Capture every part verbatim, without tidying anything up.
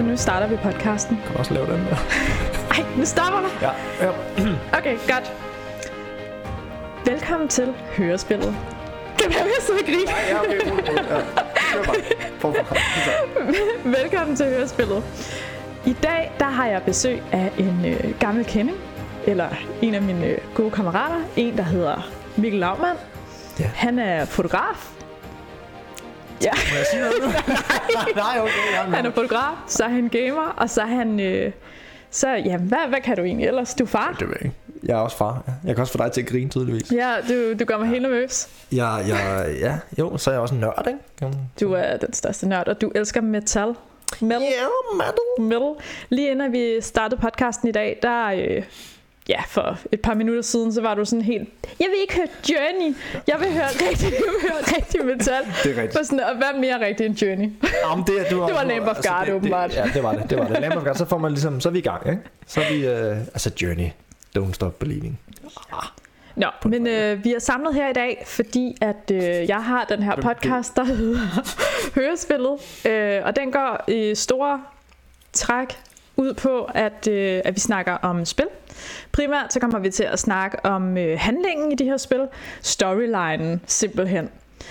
Og nu starter vi podcasten. Kan du også lave den der? Ej, nu stopper vi. Ja, ja. Okay, godt. Velkommen til Hørespillet. Kan du være med at sidde og grine? Nej, ja, okay, okay. Velkommen til Hørespillet. I dag, der har jeg besøg af en øh, gammel kending. Eller en af mine øh, gode kammerater. En, der hedder Mikkel Laugmann. Ja. Han er fotograf. Ja. Må jeg sige noget nu? Nej, okay. Ja, Han er fotograf, så er han gamer, og så er han... Øh, så, ja, hvad, hvad kan du egentlig ellers? Du er far? Det ved jeg ikke. Jeg er også far. Ja. Jeg kan også få dig til at grine tydeligvis. Ja, du, du gør mig helt nervøs. Ja, ja, ja, jo, så er jeg også en nørd, ikke? Du er den største nørd, og du elsker metal. Metal. Yeah, metal. Metal. Lige inden vi startede podcasten i dag, der... Øh, ja, for et par minutter siden, så var du sådan helt... Jeg vil ikke høre Journey. Jeg vil høre rigtig, jeg vil høre rigtig metal. Det er rigtigt. For sådan, og hvad mere rigtigt end Journey? Jamen, det, det var, det var Lamb of God, altså, åbenbart. Det, ja, det var det. Det var det. Lamb of God, så får man ligesom... Så er vi i gang, ikke? Så er vi... Øh, altså, Journey. Don't stop believing. Ah. Nå, men øh, vi er samlet her i dag, fordi at øh, jeg har den her podcast, der hedder Hørespillet. Øh, og den går i store træk ud på, at, øh, at vi snakker om spil. Primært så kommer vi til at snakke om øh, handlingen i de her spil. Storylinen simpelthen.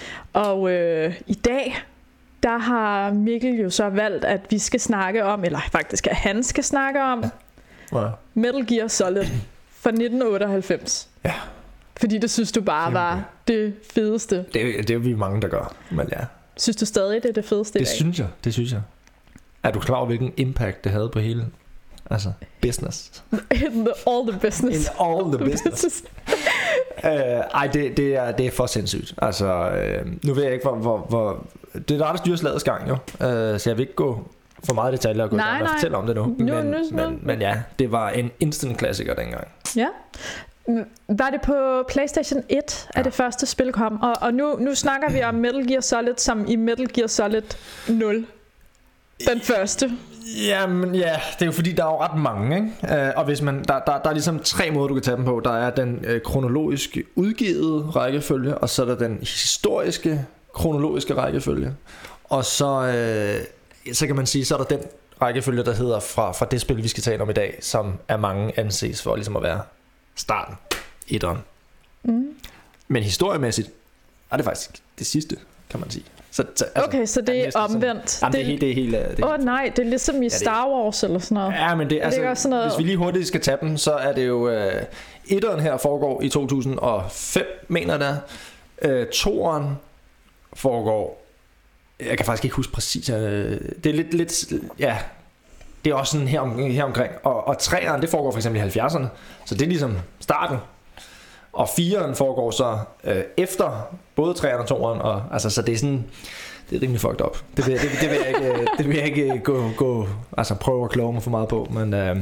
Og øh, i dag, der har Mikkel jo så valgt, at vi skal snakke om, eller faktisk at han skal snakke om, ja. Metal Gear Solid fra nitten otteoghalvfems. Ja. Fordi det synes du bare var det fedeste. Det, det er vi mange, der gør, men ja. Synes du stadig, det er det fedeste det i dag? Synes jeg, det synes jeg. Er du klar over, hvilken impact det havde på hele, altså, business? In the, all the business. In all the business. uh, ej, det, det, er, det er for sindssygt. Altså, uh, nu ved jeg ikke, hvor... hvor, hvor det er der, der styrer slagets gang, jo. Uh, så jeg vil ikke gå for meget detaljer og gå nej, og fortælle om det nu. nu, Men, nu, nu. men, men ja, det var en instant klassiker dengang. Ja. Var det på PlayStation et, at ja. det første spil kom? Og, og nu, nu snakker vi om Metal Gear Solid som i Metal Gear Solid nul. Den første. Jamen ja, det er jo fordi der er jo ret mange, ikke? Uh, og hvis man der, der, der er ligesom tre måder du kan tage dem på. Der er den uh, kronologisk udgivet rækkefølge, og så er der den historiske kronologiske rækkefølge, og så uh, så kan man sige, så er der den rækkefølge der hedder fra fra det spil vi skal tale om i dag, som er mange anses for ligesom at være starten, etteren. Mm. Men historiemæssigt er det faktisk det sidste, kan man sige. Så, så, altså, okay, så det er omvendt. Sådan, det, det, det er helt... Åh oh, nej, det er ligesom i ja, Star Wars eller sådan noget. Ja, men det, altså, det er sådan noget... hvis vi lige hurtigt skal tage dem, så er det jo... Øh, etteren her foregår i to tusind og fem, mener der. Øh, toeren foregår... Jeg kan faktisk ikke huske præcis. Øh, det er lidt... lidt ja, det er også sådan her, om, her omkring. Og, og treeren, det foregår for eksempel i halvfjerdserne. Så det er ligesom starten. Og fireren foregår så øh, efter både treeren og toeren, og altså så det er sådan, det er rimelig fucked up. Det vil, det, det vil jeg ikke, det vil jeg ikke gå, gå altså prøve at kloge mig for meget på, men. Øh,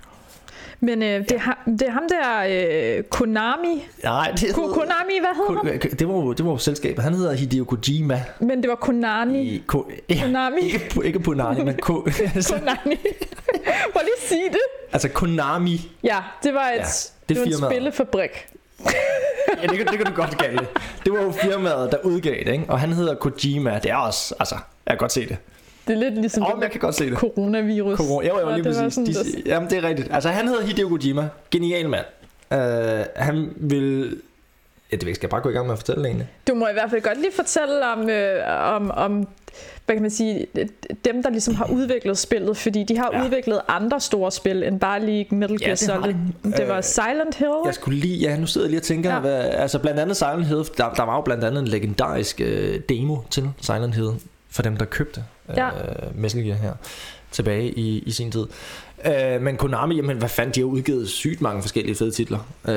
men øh, det, er, det er ham der øh, Konami. Nej, det Ko- Konami, hvad hedder han? Det var jo det var jo selskabet. Han hedder Hideo Kojima. Men det var Konami. I, ko, ja, Konami. Ikke ikke Konami, men ko, Konami. Prøv lige at sige det. Altså Konami. Ja, det var et, ja, det det var en spillefabrik. Ja, det kan, det kan du godt kalde det. Det var jo firmaet der udgav det, ikke? Og han hedder Kojima. Det er også, altså, jeg kan godt se det. Det er lidt ligesom oh, jeg kan godt se det. Coronavirus. Corona, jo, jo, lige ja, præcis. De, der... Jamen, det er rigtigt. Altså, han hedder Hideo Kojima. Genial mand. Uh, han vil... Ja, det skal jeg bare gå i gang med at fortælle egentlig. Du må i hvert fald godt lige fortælle om, øh, om, om hvad kan man sige, dem der ligesom har udviklet spillet, fordi de har ja. udviklet andre store spil end bare lige Metal Gear ja, Solid. Det, det var øh, Silent Hill. Jeg skulle lige, ja, nu sidder jeg lige og tænker, ja. hvad, altså blandt andet Silent Hill, der, der var jo blandt andet en legendarisk øh, demo til Silent Hill for dem der købte ja. øh, Metal Gear her tilbage i, i sin tid. Øh, men Konami, jamen hvad fanden, de har udgivet sygt mange forskellige fede titler.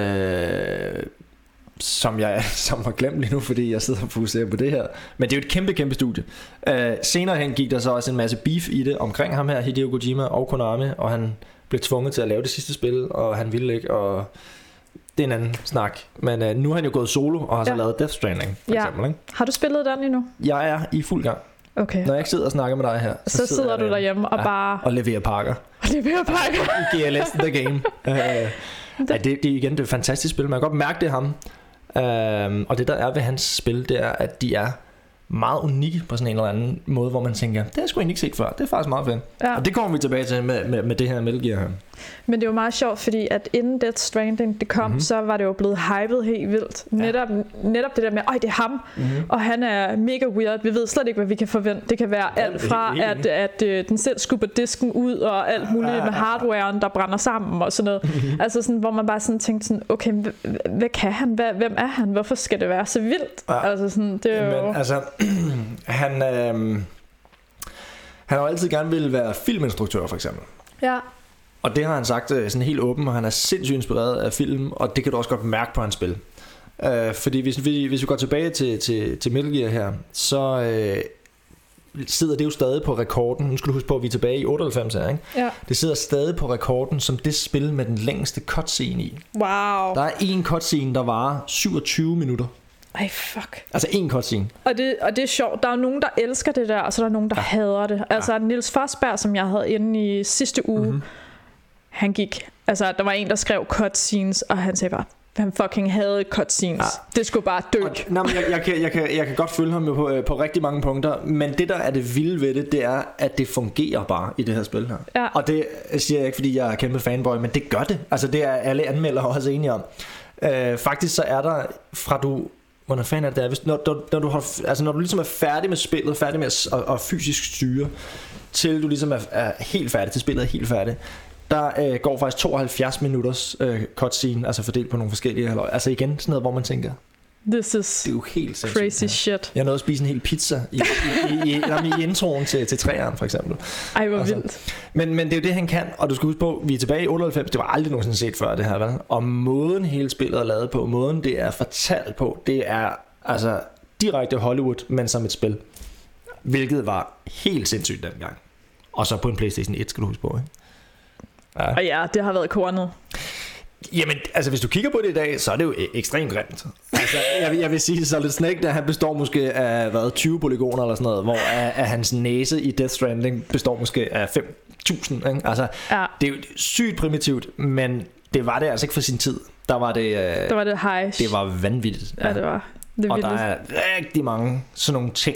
Øh, som jeg som har glemt lige nu, fordi jeg sidder og fokuserer på det her. Men det er jo et kæmpe, kæmpe studie. uh, Senere hen gik der så også en masse beef i det omkring ham her, Hideo Kojima og Konami, og han blev tvunget til at lave det sidste spil, og han ville ikke, og det er en anden snak. Men uh, nu har han jo gået solo og har ja. så lavet Death Stranding for ja. eksempel, ikke? Har du spillet den endnu? Jeg er i fuld gang. Okay. Når jeg ikke sidder og snakker med dig her, så, så sidder, sidder du derhjemme og ja, bare og leverer pakker. Og leverer pakker G L S the game. uh, ja, det, det er igen det er et fantastisk spil. Man kan godt mærke det er ham. Um, og det der er ved hans spil, det er at de er meget unikke på sådan en eller anden måde, hvor man tænker, det har jeg sgu egentlig ikke set før. Det er faktisk meget fedt. Ja. Og det kommer vi tilbage til med, med, med det her Metal Gear her. Men det er jo meget sjovt, fordi at inden Death Stranding det kom, mm-hmm. så var det jo blevet hypet helt vildt. Ja. Netop, netop det der med, øj, det er ham, mm-hmm. og han er mega weird. Vi ved slet ikke, hvad vi kan forvente. Det kan være ja, alt fra, at, at, at den selv skubber disken ud, og alt muligt ja, med hardwaren, der brænder sammen og sådan noget. Mm-hmm. Altså sådan, hvor man bare sådan tænkte sådan, okay, hvad kan han? Hvem er han? Hvorfor skal det være så vildt? Ja. Altså sådan, det er jo... Men, altså, han, øh, han har jo altid gerne ville være filminstruktør, for eksempel. Ja. Og det har han sagt sådan helt åben, og han er sindssygt inspireret af film, og det kan du også godt mærke på hans spil. Øh, fordi hvis vi, hvis vi går tilbage til, til, til Metal Gear her, så øh, sidder det jo stadig på rekorden. Nu skal du huske på, at vi er tilbage i otteoghalvfems her, ikke? Ja. Det sidder stadig på rekorden som det spil med den længste cutscene i. Wow. Der er en cutscene, der varer syvogtyve minutter. Ej, fuck. Altså en cutscene. Og det, og det er sjovt. Der er nogen, der elsker det der, og så er der nogen, der ja. hader det. Altså ja. Niels Forsberg, som jeg havde inde i sidste uge, mm-hmm. han gik... Altså, der var en, der skrev cutscenes, og han sagde bare, han fucking havde cutscenes. Ja. Det skulle bare dø. Og, nej, men jeg, jeg, kan, jeg, kan, jeg kan godt følge ham på, på rigtig mange punkter, men det, der er det vilde ved det, det er, at det fungerer bare i det her spil her. Ja. Og det siger jeg ikke, fordi jeg er kæmpe fanboy, men det gør det. Altså, det er alle anmeldere også enige om. Øh, faktisk så er der, fra du... Hvordan fanden er det der? Hvis, når, når, når, du har, altså når du ligesom er færdig med spillet, færdig med at, at, at fysisk styre, til du ligesom er, er helt færdig, til spillet er helt færdigt, der øh, går faktisk tooghalvfjerds minutters øh, cutscene, altså fordelt på nogle forskellige halvøj. Altså igen sådan noget, hvor man tænker, this is det er jo helt crazy shit. Jeg nåede at spise en hel pizza i, i, i, i, i introen til, til træeren for eksempel. Ej, hvor altså, vildt. Men, men det er jo det, han kan, og du skal huske på, vi er tilbage i otteoghalvfems, det var aldrig nogensinde set før det her, vel? Og måden hele spillet er lavet på, måden det er fortalt på, det er altså direkte Hollywood, men som et spil. Hvilket var helt sindssygt dengang. Og så på en PlayStation et, skal du huske på, ikke? Ja. Og ja, det har været kornet. Jamen, altså hvis du kigger på det i dag, så er det jo ekstremt grimt. Altså, jeg, jeg vil sige, Solid Snake, der han består måske af hvad, tyve polygoner eller sådan noget, hvor af, af hans næse i Death Stranding består måske af fem tusind. Ikke? Altså, ja. Det er jo sygt primitivt, men det var det altså ikke for sin tid. Der var det, øh, der var det high. Det var vanvittigt. Ja, ja det var det og der er rigtig mange sådan nogle ting,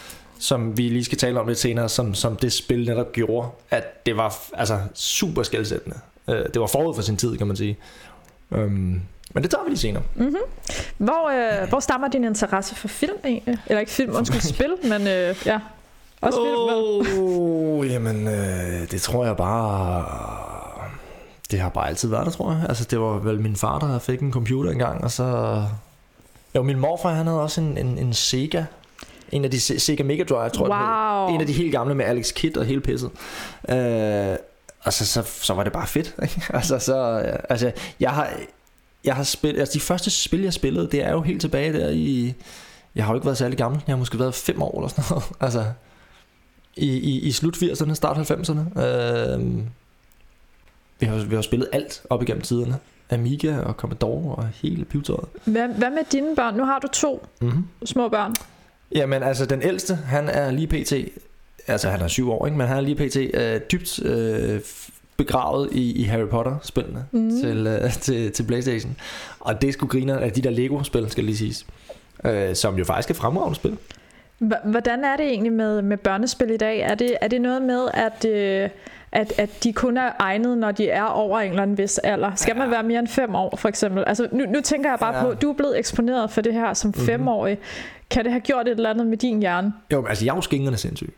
som vi lige skal tale om lidt senere, som, som det spil netop gjorde, at det var altså super skelsættende. Det var forud for sin tid, kan man sige. Um, men det tager vi lige senere. Mm-hmm. Hvor, øh, hvor stammer din interesse for film egentlig? Eller ikke film, undskyld, spil, men øh, ja, også oh, film. Vel? Jamen, øh, det tror jeg bare... Det har bare altid været der, tror jeg. Altså, det var vel min far, der fik en computer engang, og så... Jo, min morfar, han havde også en, en, en Sega. En af de Sega Mega Drive, tror wow. jeg. En af de helt gamle med Alex Kidd og hele pisset. Øh... Og så, så, så var det bare fedt, ikke? altså, så, altså, jeg har, jeg har spillet, altså de første spil, jeg spillede, det er jo helt tilbage der i, jeg har jo ikke været særlig gammel, jeg har måske været fem år eller sådan noget, altså, i, i, i slut firserne, start halvfemserne, øh, vi, har, vi har spillet alt op igennem tiderne, Amiga og Commodore og hele pivetøjet. Hvad, hvad med dine børn? Nu har du to mm-hmm. små børn. Jamen, altså, den ældste, han er lige pt., altså han er syv år, ikke? Men han er lige pt. Øh, dybt øh, begravet i, i Harry Potter-spillene mm. til, øh, til, til PlayStation. Og det skulle grine af de der Lego-spil, skal lige siges, øh, som jo faktisk er fremragende spil. Hvordan er det egentlig med, med børnespil i dag? Er det, er det noget med, at, øh, at, at de kun er egnet, når de er over en eller anden vis alder? Skal ja. man være mere end fem år, for eksempel? Altså, nu, nu tænker jeg bare ja. på, du er blevet eksponeret for det her som mm-hmm. femårig. Kan det have gjort et eller andet med din hjerne? Jo, altså jeg er jo skingerne sindssyg.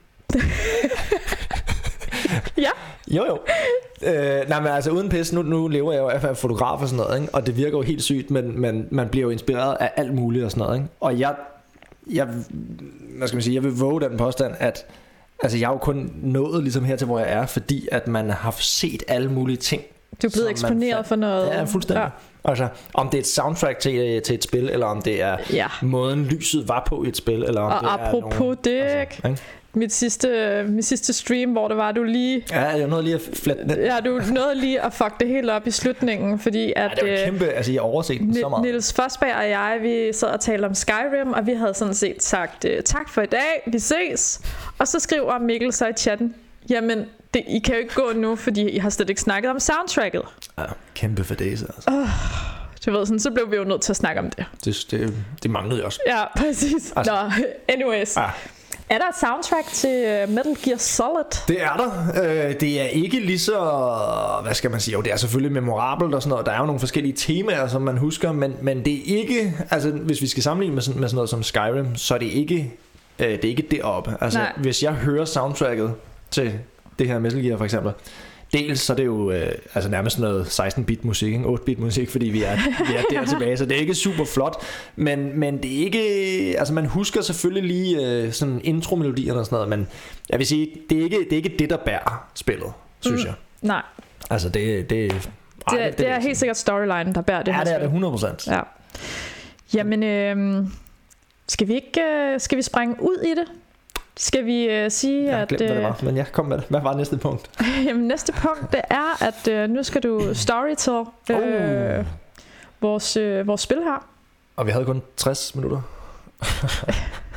Ja. Jo jo øh, Nej, men altså uden pis, nu, nu lever jeg jo af fotograf og sådan noget, ikke? Og det virker jo helt sygt, men, men man bliver jo inspireret af alt muligt og sådan noget, ikke? Og jeg, jeg hvad skal man sige, jeg vil våge den påstand, at altså jeg har jo kun nået ligesom her til hvor jeg er, fordi at man har set alle mulige ting. Du er blevet eksponeret man, for noget. Ja, fuldstændig. Ja. Altså, om det er et soundtrack til, til et spil, eller om det er ja. måden lyset var på i et spil, eller om og det apropos er nogle, det, altså, ikke? Mit sidste, mit sidste stream, hvor det var, du lige... Ja, jeg nåede lige at flette ned. Ja, du nåede lige at fuck det helt op i slutningen, fordi at... Ja, det var kæmpe, altså jeg overset den så meget. Niels Forsberg og jeg, vi sad og talte om Skyrim, og vi havde sådan set sagt, tak for i dag, vi ses. Og så skriver Mikkel så i chatten, jamen, det, I kan jo ikke gå nu, fordi I har slet ikke snakket om soundtracket. Ja, kæmpe fadese, altså. Oh, du ved, sådan, så blev vi jo nødt til at snakke om det. Det, det, det manglede også. Ja, præcis. Altså. Nå, anyways. Ah. Er der et soundtrack til Metal Gear Solid? Det er der. Øh, det er ikke lige så, hvad skal man sige, jo det er selvfølgelig memorabelt og sådan noget. Der er jo nogle forskellige temaer, som man husker, men, men det er ikke, altså hvis vi skal sammenligne med sådan, med sådan noget som Skyrim, så er det ikke, øh, det er ikke deroppe. Altså Nej. Hvis jeg hører soundtracket til det her Metal Gear for eksempel, dels så er det jo øh, altså nærmest noget seksten-bit musik, ikke? otte-bit musik, fordi vi er, vi er der tilbage, så det er ikke super flot, men, men det er ikke, altså man husker selvfølgelig lige øh, sådan intro-melodierne og sådan noget, men jeg vil sige, det er ikke det, er ikke det der bærer spillet, synes mm, jeg. Nej. Altså det, det, ej, det, det, det, det er helt sikkert storyline, der bærer det ja, her det er det hundrede procent. Ja. Jamen, øh, skal vi ikke, øh, skal vi springe ud i det? Skal vi uh, sige, jeg har at... glemt, hvad det var, men jeg kom med det. Hvad var næste punkt? Jamen, næste punkt, det er, at uh, nu skal du storytell uh, oh. vores, uh, vores spil her. Og vi havde kun tres minutter. uh,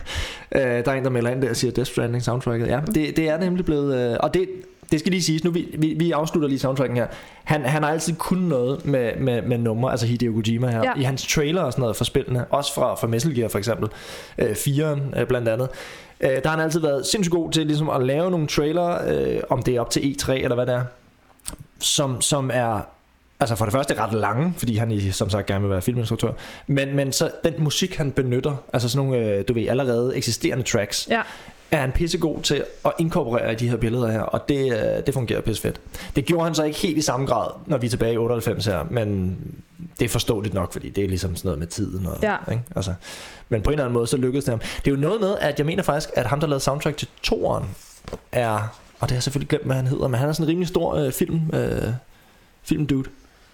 der er en, der melder ind der og siger Death Stranding soundtracket. Ja, det, det er nemlig blevet... Uh, og det, det skal lige siges, nu vi, vi, vi afslutter lige soundtracken her. Han, han har altid kunnet noget med, med, med numre, altså Hideo Kojima her. Ja. I hans trailer og sådan noget for spillene. Også fra, fra Metal Gear for eksempel. Uh, firen uh, blandt andet. Uh, der har han altid været sindssygt god til ligesom at lave nogle trailer, uh, om det er op til E tre eller hvad det er, som, som er altså for det første ret lange, fordi han i, som sagt gerne vil være filminstruktør, men, men så den musik han benytter, altså sådan nogle uh, du ved allerede eksisterende tracks, ja. Er han pissegod til at inkorporere i de her billeder her, og det, uh, det fungerer pissefedt. Det gjorde han så ikke helt i samme grad, når vi er tilbage i otteoghalvfems her, men det er forståeligt nok, fordi det er ligesom sådan noget med tiden og, ja. Ikke? Altså, men på en eller anden måde så lykkedes det ham. Det er jo noget med, at jeg mener faktisk, at ham der lavede soundtrack til toeren er, og det har jeg selvfølgelig glemt hvad han hedder, men han er sådan en rimelig stor øh, film øh, film dude.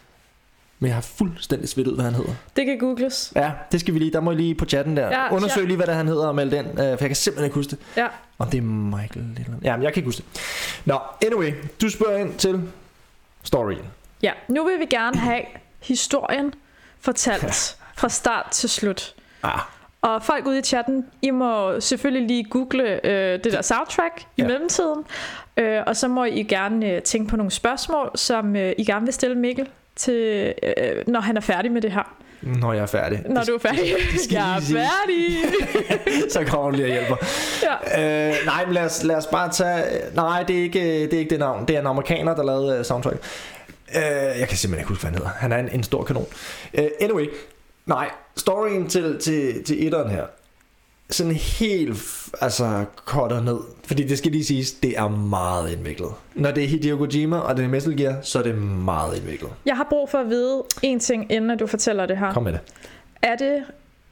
Men jeg har fuldstændig svedt ud hvad han hedder. Det kan googles. Ja, det skal vi lige, der må I lige på chatten der ja, undersøg ja. lige hvad det er, han hedder og melde den, øh, for jeg kan simpelthen ikke huske det. Ja. Om det er Michael eller... Ja, men jeg kan ikke huske det. Nå, anyway, du spørger ind til storyen. Ja, nu vil vi gerne have historien fortalt fra start til slut. Ah. Og folk ude i chatten, I må selvfølgelig lige google øh, det der soundtrack i ja. mellemtiden. Øh, og så må I gerne øh, tænke på nogle spørgsmål, som øh, I gerne vil stille Mikkel, til, øh, når han er færdig med det her. Når jeg er færdig. Når du er færdig. Jeg er færdig. Så kommer hun lige og hjælper. Ja. Øh, nej, men lad os, lad os bare tage... Nej, det er, ikke, det er ikke det navn. Det er en amerikaner, der lavede soundtrack. Øh, jeg kan simpelthen ikke huske, hvad han hedder. Han er en, en stor kanon. Øh, anyway... Nej, storyen til, til, til etteren her sådan helt altså korter ned, fordi det skal lige siges, det er meget indviklet. Når det er Hideo Kojima og det er Metal Gear, så er det meget indviklet. Jeg har brug for at vide en ting, inden du fortæller det her. Kom med det. Er det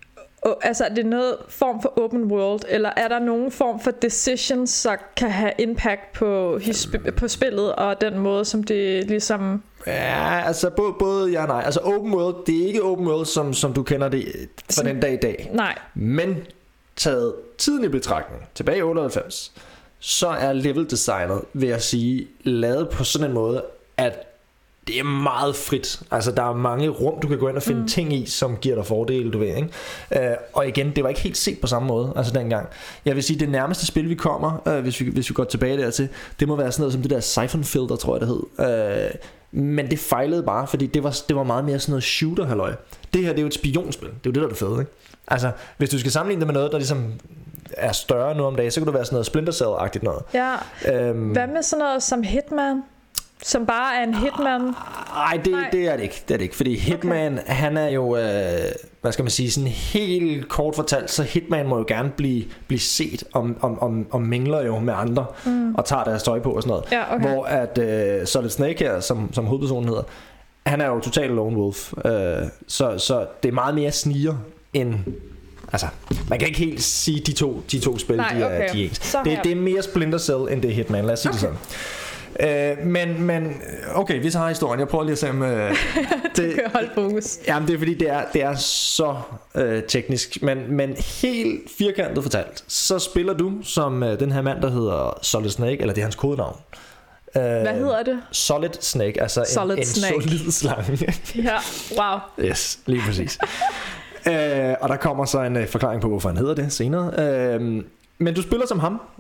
altså er det noget form for open world, eller er der nogen form for decisions, der kan have impact på, his- på spillet og den måde, som det ligesom... Ja, altså både, både ja og nej. Altså open world, det er ikke open world, som, som du kender det fra den dag i dag. Nej. Men taget tiden i betragtning, tilbage i otteoghalvfems, så er level designet, vil jeg sige, lavet på sådan en måde, at det er meget frit. Altså der er mange rum du kan gå ind og finde mm. ting i, som giver dig fordele, du ved, ikke? Uh, og igen, det var ikke helt set på samme måde, altså dengang. Jeg vil sige, det nærmeste spil vi kommer, uh, hvis, vi, hvis vi går tilbage dertil, det må være sådan noget som det der Siphon Filter, tror jeg det hed. Uh, men det fejlede bare, fordi det var, det var meget mere sådan noget shooter halløj. Det her, det er jo et spionspil. Det er jo det der er det fede, ikke? Altså hvis du skal sammenligne det med noget der ligesom er større nu om dagen, så kan det være sådan noget Splinter Cell-agtigt noget. Ja. Øhm, Hvad med sådan noget som Hitman? Som bare er en Hitman? Nej, det, det er det ikke. Det er det ikke, fordi Hitman, okay. han er jo, øh, hvad skal man sige, sådan helt kort fortalt, så Hitman må jo gerne blive, blive set om, om, om, om mingler jo med andre mm. og tager deres tøj på og sådan noget. Ja, okay. Hvor at øh, Solid Snake her, som, som hovedpersonen hedder, han er jo total lone wolf, øh, så, så det er meget mere sniger end... Altså, man kan ikke helt sige de to, de to spil, Nej, de er, okay. de er ens. Det, det er mere Splinter Cell end det er Hitman, lad os sige okay. det sådan. Øh, men, men okay, vi tager historien. Jeg prøver lige at se om øh, det kan holde fokus. Jamen det er fordi det er, det er så øh, teknisk, men, men helt firkantet fortalt, så spiller du som øh, den her mand, der hedder Solid Snake, eller det er hans kodenavn. Øh, Hvad hedder det? Solid Snake, altså Solid en, en solid slange. Ja, wow. Yes, lige præcis. øh, og der kommer så en øh, forklaring på hvorfor han hedder det senere. øh, Men du spiller som ham,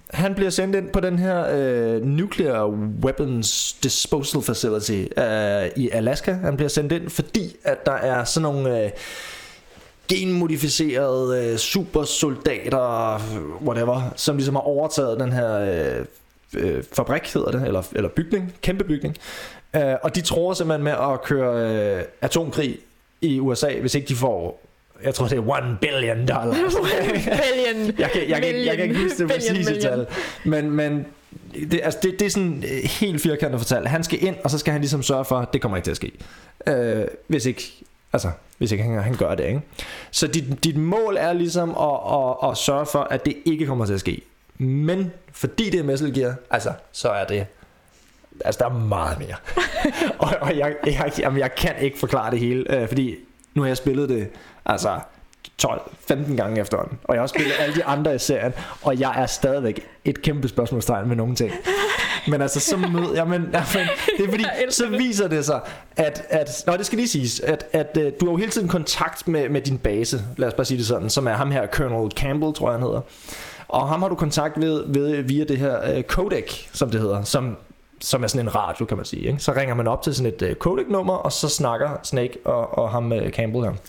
Han bliver sendt ind på den her øh, Nuclear Weapons Disposal Facility øh, i Alaska. Han bliver sendt ind, fordi at der er sådan nogle øh, genmodificerede øh, supersoldater, whatever, som ligesom har overtaget den her øh, øh, fabrik, hedder det, eller, eller bygning, kæmpe bygning. Øh, og de tror simpelthen med at køre øh, atomkrig i U S A, hvis ikke de får... Jeg tror det er one billion dollars. billion. Jeg kan, jeg, kan, jeg kan ikke huske det præcise tal. Men, men det, altså det, det er sådan helt firkantet fortalt. Han skal ind, og så skal han ligesom sørge for, at det kommer ikke til at ske. Øh, hvis ikke, altså, hvis ikke han, han gør det, ikke? Så dit, dit mål er ligesom at, at, at sørge for, at det ikke kommer til at ske. Men fordi det er Metal Gear, altså, så er det... Altså, der er meget mere. og og jeg, jeg, jamen, jeg kan ikke forklare det hele, øh, fordi nu har jeg spillet det altså tolv femten gange efterhånden, og jeg har også spillet alle de andre i serien, og jeg er stadigvæk et kæmpe spørgsmålstegn med nogle ting. Men altså så mød jeg men, jamen, det er fordi så viser det sig at, at nå, det skal lige siges at, at, at du har jo hele tiden kontakt med, med din base, lad os bare sige det sådan, som er ham her Colonel Campbell, tror jeg han hedder. Og ham har du kontakt ved, ved via det her uh, codec, som det hedder, som som er sådan en radio, kan man sige, ikke? Så ringer man op til sådan et uh, codec-nummer, og så snakker Snake og, og ham uh, Campbell her.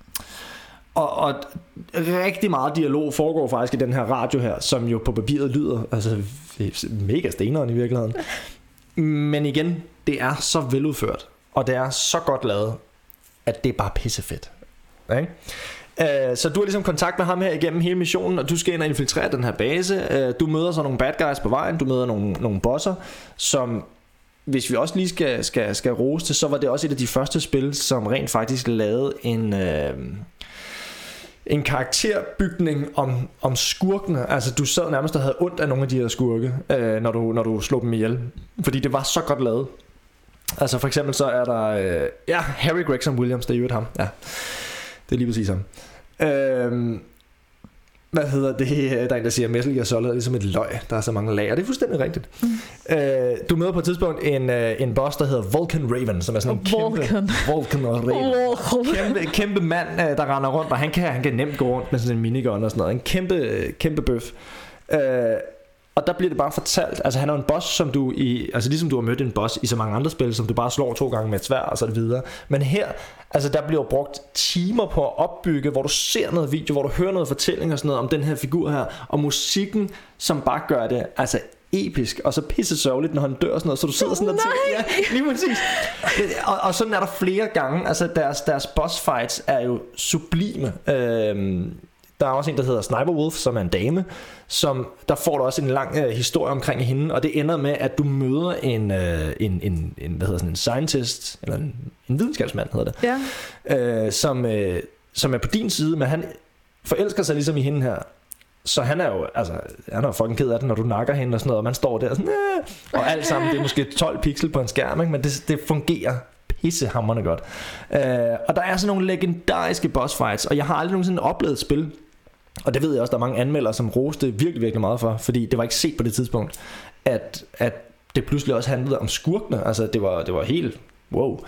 Og, og rigtig meget dialog foregår faktisk i den her radio her, som jo på papiret lyder altså mega steneren i virkeligheden. Men igen, det er så veludført, og det er så godt lavet, at det er bare pissefedt. Okay? Uh, så du har ligesom kontakt med ham her igennem hele missionen, og du skal ind og infiltrere den her base. Uh, du møder så nogle bad guys på vejen, du møder nogle, nogle bosser, som, hvis vi også lige skal, skal, skal rose til, så var det også et af de første spil, som rent faktisk lavede en... Uh, en karakterbygning om, om skurkene. Altså du sad nærmest og havde ondt af nogle af de her skurke, øh, når, du, når du slog dem ihjel, fordi det var så godt lavet. Altså for eksempel så er der øh, ja, Harry Gregson Williams, det er jo ham. Ja, det er lige præcis ham. øh, Hvad hedder det? Der er en der siger Metal Gear Solid er ligesom et løg. Der er så mange lag, og det er fuldstændig rigtigt. mm. øh, Du møder på et tidspunkt en, en boss der hedder Vulcan Raven, som er sådan en kæmpe Vulcan og Raven. kæmpe, kæmpe mand der render rundt, og han kan, han kan nemt gå rundt med sådan en minigun og sådan noget. En kæmpe, kæmpe bøf. øh, Og der bliver det bare fortalt. Altså han er en boss, som du i, altså ligesom du har mødt en boss i så mange andre spil, som du bare slår to gange med et sværd og så videre. Men her, altså der bliver brugt timer på at opbygge, hvor du ser noget video, hvor du hører noget fortælling og sådan noget om den her figur her, og musikken, som bare gør det altså episk, og så pisse sørgeligt, når han dør og sådan noget, så du sidder sådan og tænker, ja, lige præcis. Og, og sådan er der flere gange. Altså deres, deres boss fights er jo sublime. øhm, Der er også en der hedder Sniper Wolf, som er en dame, som der får du også en lang øh, historie omkring hende, og det ender med at du møder en øh, en en, en hvad hedder sådan en scientist eller en, en videnskabsmand hedder det. Ja. Øh, som øh, som er på din side, men han forelsker sig ligesom i hende her. Så han er jo altså han er jo fucking ked af det, når du nakker hende og sådan noget, og man står der sådan, øh, og alt sammen det er måske tolv pixel på en skærm, ikke? Men det det fungerer pissehamrende godt. Øh, og der er sådan nogle legendariske boss fights, og jeg har aldrig nogensinde oplevet et spil, og det ved jeg også, der er mange anmeldere, som roste virkelig, virkelig meget for, fordi det var ikke set på det tidspunkt, at, at det pludselig også handlede om skurkene. Altså det var, det var helt wow.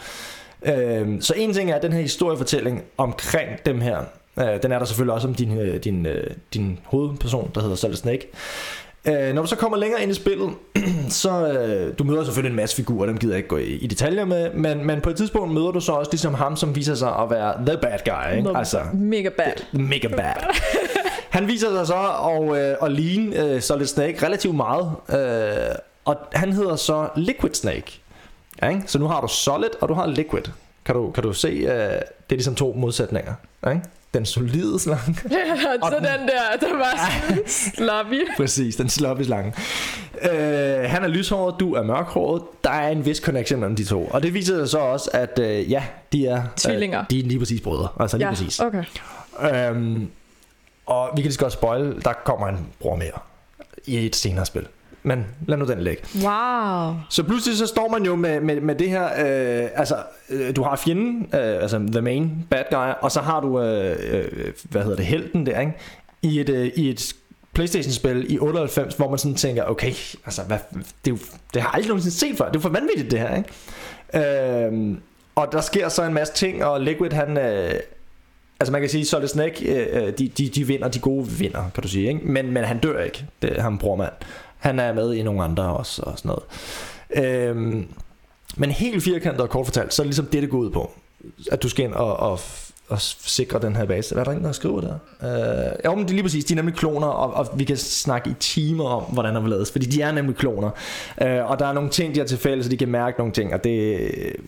øh, Så en ting er den her historiefortælling omkring dem her. øh, Den er der selvfølgelig også om din, din, din hovedperson, der hedder Solid Snake. Øh, når du så kommer længere ind i spillet, så øh, du møder selvfølgelig en masse figurer, dem gider jeg ikke gå i, i detaljer med, men, men på et tidspunkt møder du så også ligesom ham, som viser sig at være the bad guy, ikke? Altså mega bad. The, mega bad. Han viser sig så og, øh, og ligne øh, Solid Snake relativt meget, øh, og han hedder så Liquid Snake, ja, ikke? Så nu har du Solid og du har Liquid. Kan du, kan du se, øh, det er ligesom to modsætninger, ikke? Den solide slange. Ja, så den, den der, der var sloppy. Præcis, den sloppy slange. øh, Han er lyshåret, du er mørkhåret. Der er en vis connection mellem de to. Og det viser sig så også, at øh, ja, de er tvillinger. øh, De er lige præcis brødre. Altså lige ja, præcis. Okay. øhm, Og vi kan lige så godt spoil, der kommer en bror mere i et senere spil. Men lad nu den ligge. Wow. Så pludselig så står man jo med, med, med det her øh, altså øh, du har fjenden, øh, altså the main bad guy, og så har du øh, øh, hvad hedder det, helten der, ikke? I et, øh, i et PlayStation-spil i otteoghalvfems, hvor man sådan tænker, okay, altså hvad, det, er jo, det har jeg aldrig nogensinde set før. Det er for vanvittigt det her, ikke? øh, Og der sker så en masse ting, og Liquid han øh, Altså man kan sige Solid Snake øh, de, de, de vinder, de gode vinder, kan du sige, ikke? Men, men han dør ikke. Det er ham brormand. Han er med i nogle andre også og sådan noget. øhm, Men helt firkantet og kort fortalt, så er det ligesom det, det går ud på. At du skal ind og, og, og sikre den her base. Hvad er der ingen, der skriver der? Øh, ja, men det er lige præcis. De er nemlig kloner, og, og vi kan snakke i timer om, hvordan der vil lades. Fordi de er nemlig kloner. øh, Og der er nogle ting, de har til fælles, så de kan mærke nogle ting. Og det...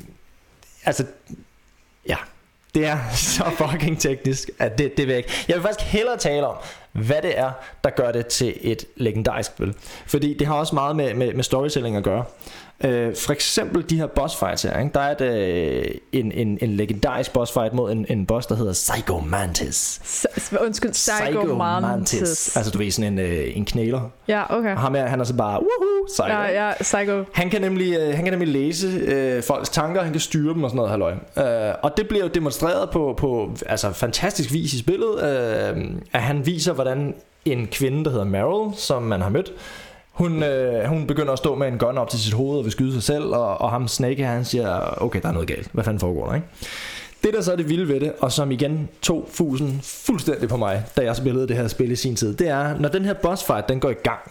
Altså... Ja... Det er så fucking teknisk, at det, det vil jeg ikke. Jeg vil faktisk hellere tale om, hvad det er, der gør det til et legendarisk spil. Fordi det har også meget med, med, med storytelling at gøre. øh, For eksempel de her boss fights her, ikke? Der er et, øh, en, en, en legendarisk boss fight mod en, en boss, der hedder Psycho Mantis. S- Undskyld, Psycho, Psycho Mantis. Mantis. Altså du ved, sådan en, øh, en knæler. Ja, okay. Og ham her, han er så bare woohoo, Psycho. Ja, ja, Psycho. Han kan nemlig, øh, han kan nemlig læse øh, folks tanker, han kan styre dem og sådan noget halløj. øh, Og det bliver jo demonstreret på, på altså, fantastisk vis i spillet. øh, At han viser, hvordan en kvinde, der hedder Meryl, som man har mødt, Hun, øh, hun begynder at stå med en gun op til sit hoved og vil skyde sig selv. Og, og ham Snake her, han siger, okay, der er noget galt. Hvad fanden foregår der, ikke? Det der så er det vilde ved det, og som igen tog fusen fuldstændig på mig, da jeg spillede det her spil i sin tid, det er, når den her boss fight, den går i gang,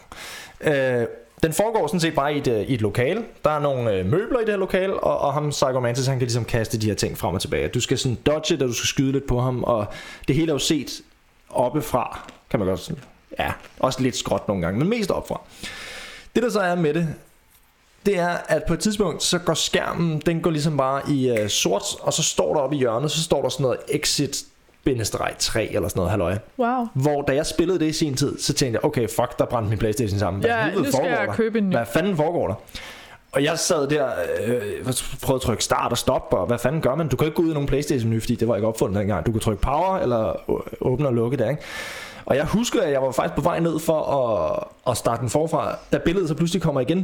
øh, den foregår sådan set bare i et, i et lokale. Der er nogle øh, møbler i det her lokale, og, og ham Psycho Mantis, han kan ligesom kaste de her ting frem og tilbage. Du skal sådan dodge det, og du skal skyde lidt på ham, og det hele er jo set oppefra, kan man godt sige. Ja, også lidt skråt nogle gange, men mest opfra. Det der så er med det, det er, at på et tidspunkt, så går skærmen, den går ligesom bare i uh, sort, og så står der oppe i hjørnet, så står der sådan noget exit tre eller sådan noget halløj. Wow. Hvor da jeg spillede det i sin tid, så tænkte jeg, okay, fuck, der brændte min PlayStation sammen. Hvad ja, nu skal jeg der? købe en ny. Hvad fanden foregår der? Og jeg sad der, øh, prøvede at trykke start og stop, og hvad fanden gør man? Du kan ikke gå ud i nogen PlayStation-menu, fordi det var ikke opfundet dengang. Du kan trykke power, eller åbne og lukke det, ikke? Og jeg husker, at jeg var faktisk på vej ned for at, at starte den forfra, da billedet så pludselig kommer igen.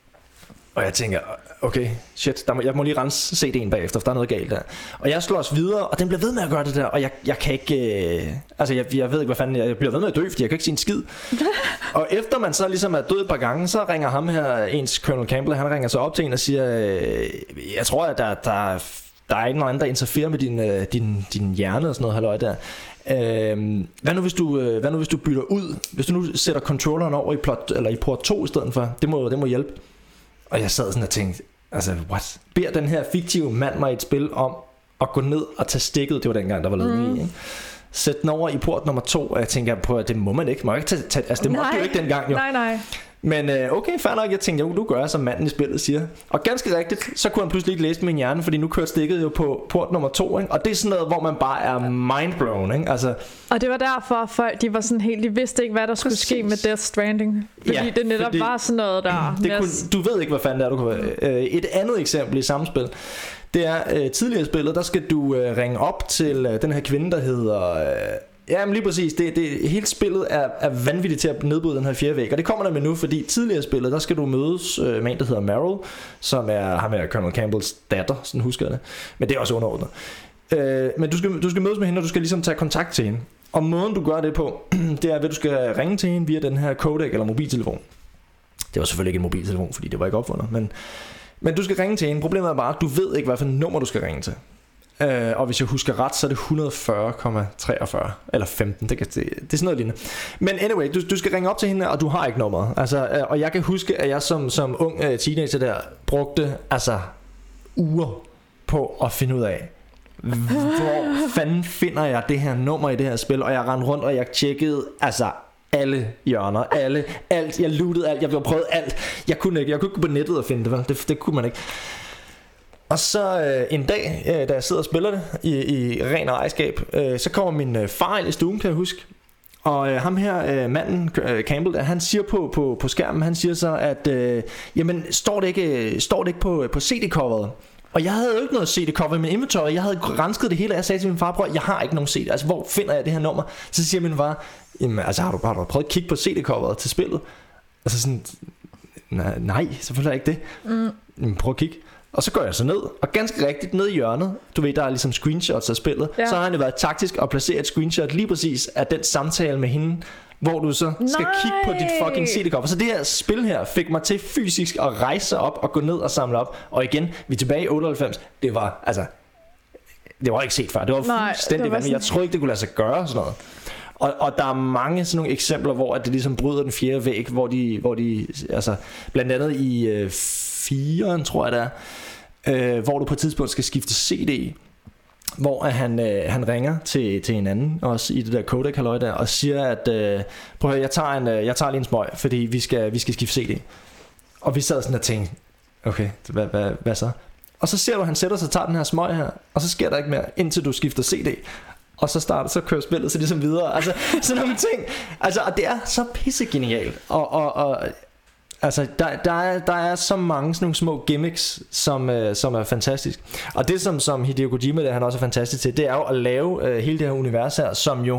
Og jeg tænker, okay, shit, der må, jeg må lige rense C D'en bagefter, for der er noget galt der. Og jeg slår os videre, og den bliver ved med at gøre det der, og jeg, jeg kan ikke... Øh, altså, jeg, jeg ved ikke, hvad fanden... Jeg bliver ved med at dø, fordi jeg kan ikke se en skid. Og efter man så ligesom er død et par gange, så ringer ham her, ens Colonel Campbell, han ringer så op til en og siger, øh, jeg tror, at der, der, der er ikke nogen anden, der interferer med din, øh, din, din hjerne og sådan noget halløj der. Øh, hvad, nu hvis du, øh, hvad nu hvis du bytter ud? Hvis du nu sætter controlleren over i, plot, eller i port to i stedet for, det må, det må hjælpe. Og jeg sad sådan og tænkte, altså what? Beder den her fiktive mand mig i et spil om at gå ned og tage stikket? Det var dengang, der var ledning mm. i, ikke? Sæt den over i port nummer to, og jeg tænker på, at det må man ikke. Må jeg ikke tage, tage, altså det måtte jo ikke dengang, jo. Nej, nej. Men øh, okay, fair nok, jeg tænkte, jo, du gør, som manden i spillet siger. Og ganske rigtigt, så kunne han pludselig ikke læse min hjerne, fordi nu kørte stikket jo på port nummer to, ikke? Og det er sådan noget, hvor man bare er mindblown, ikke? Altså, og det var derfor, at folk, de var sådan helt, de vidste ikke, hvad der skulle præcis. ske med Death Stranding. Fordi ja, det netop fordi, var sådan noget, der... Det kunne, du ved ikke, hvad fanden det er, du kunne... Øh, et andet eksempel i samme spil, det er øh, tidligere i spillet, der skal du øh, ringe op til øh, den her kvinde, der hedder... Øh, Ja, men lige præcis. Det, det, hele spillet er, er vanvittigt til at nedbryde den her fjerde væg. Og det kommer der med nu, fordi tidligere i spillet, der skal du mødes øh, med en, der hedder Meryl, som er ham her Colonel Campbells datter, sådan husker jeg det. Men det er også underordnet. Øh, men du skal, du skal mødes med hende, og du skal ligesom tage kontakt til hende. Og måden du gør det på, det er, at du skal ringe til hende via den her codec eller mobiltelefon. Det var selvfølgelig ikke en mobiltelefon, fordi det var ikke opfundet. Men, men du skal ringe til hende. Problemet er bare, at du ved ikke, hvad for nummer du skal ringe til. Uh, og hvis jeg husker ret, så er det et hundrede og fyrre komma treogfyrre eller femten, det, kan, det, det er sådan noget lignende. Men anyway, du, du skal ringe op til hende, og du har ikke nummeret. Altså, uh, og jeg kan huske, at jeg som, som ung uh, teenager der brugte altså uger på at finde ud af, hvor fanden finder jeg det her nummer i det her spil. Og jeg rendte rundt, og jeg tjekkede altså alle hjørner, alle, alt, jeg lootede alt, jeg blev prøvet alt. Jeg kunne ikke, jeg kunne ikke gå på nettet og finde det, vel? det, det kunne man ikke. Og så øh, en dag, øh, da jeg sidder og spiller det i, i ren ejerskab, øh, så kommer min øh, far ind i stuen, kan jeg huske. Og øh, ham her, øh, manden, øh, Campbell, der, han siger på, på, på skærmen, han siger så, at øh, jamen, står det ikke, står det ikke på, på C D-coveret? Og jeg havde jo ikke noget C D-cover i min inventory. Jeg havde rensket det hele, og jeg sagde til min far, prøv, jeg har ikke nogen C D. Altså, hvor finder jeg det her nummer? Så siger min far, jamen, altså, har du bare prøvet at kigge på C D-coveret til spillet? Altså sådan, nej, nej selvfølgelig ikke det. Mm. Jamen, prøv at kigge. Og så går jeg så ned, og ganske rigtigt ned i hjørnet, du ved, der er ligesom screenshots af spillet, ja. Så har han jo været taktisk at placere et screenshot lige præcis af den samtale med hende, hvor du så skal Nej. kigge på dit fucking C D-cover. Så det her spil her fik mig til fysisk at rejse op og gå ned og samle op. Og igen, vi er tilbage i otteoghalvfems. Det var, altså, det var ikke set før. Det var Nej, fuldstændig det var sådan... Jeg troede ikke, det kunne lade sig gøre sådan noget. Og, og der er mange sådan nogle eksempler, hvor at det ligesom bryder den fjerde væg, hvor de, hvor de altså blandt andet i øh, firen, tror jeg det er, øh, hvor du på et tidspunkt skal skifte C D, hvor at han, øh, han ringer til, til en anden, også i det der codec-halløj der, og siger, at øh, prøv at høre, jeg tager, en, øh, jeg tager lige en smøg, fordi vi skal, vi skal skifte C D. Og vi sad sådan og tænkte, okay, hvad, hvad, hvad så? Og så ser du, at han sætter sig og tager den her smøg her, og så sker der ikke mere, indtil du skifter C D. Og så starter, så kører spillet så ligesom videre. Altså sådan nogle ting. Altså, og det er så pissegenialt. Og, og, og altså, der, der, er, der er så mange sådan nogle små gimmicks, som, øh, som er fantastisk. Og det som, som Hideo Kojima, det han også er fantastisk til, det er jo at lave øh, hele det her univers her, som jo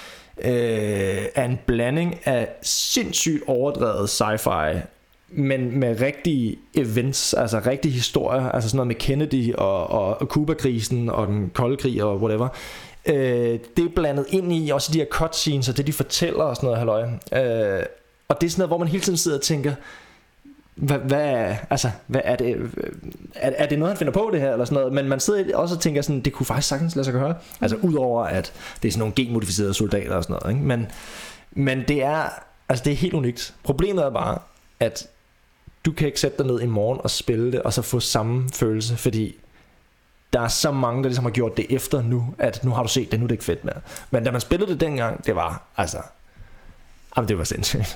øh, er en blanding af sindssygt overdrevet sci-fi, men med rigtige events, altså rigtige historier, altså sådan noget med Kennedy og, og, og Cuba-krisen og den kolde krig og whatever. Øh, det er blandet ind i også de her cutscenes og det de fortæller og sådan noget halløj. Øh, og det er sådan noget, hvor man hele tiden sidder og tænker, hvad, hvad, altså, hvad er det, er, er det noget han finder på det her eller sådan noget? Men man sidder også og tænker sådan, det kunne faktisk sagtens lade sig gøre. Altså udover at det er sådan nogle genmodificerede soldater og sådan noget, ikke? Men, men det er, altså det er helt unikt. Problemet er bare, at du kan ikke sætte dig ned i morgen og spille det og så få samme følelse, fordi der er så mange, der ligesom har gjort det efter nu, at nu har du set det, nu er det ikke fedt mere. Men da man spillede det dengang, det var, altså, jamen det var sindssygt.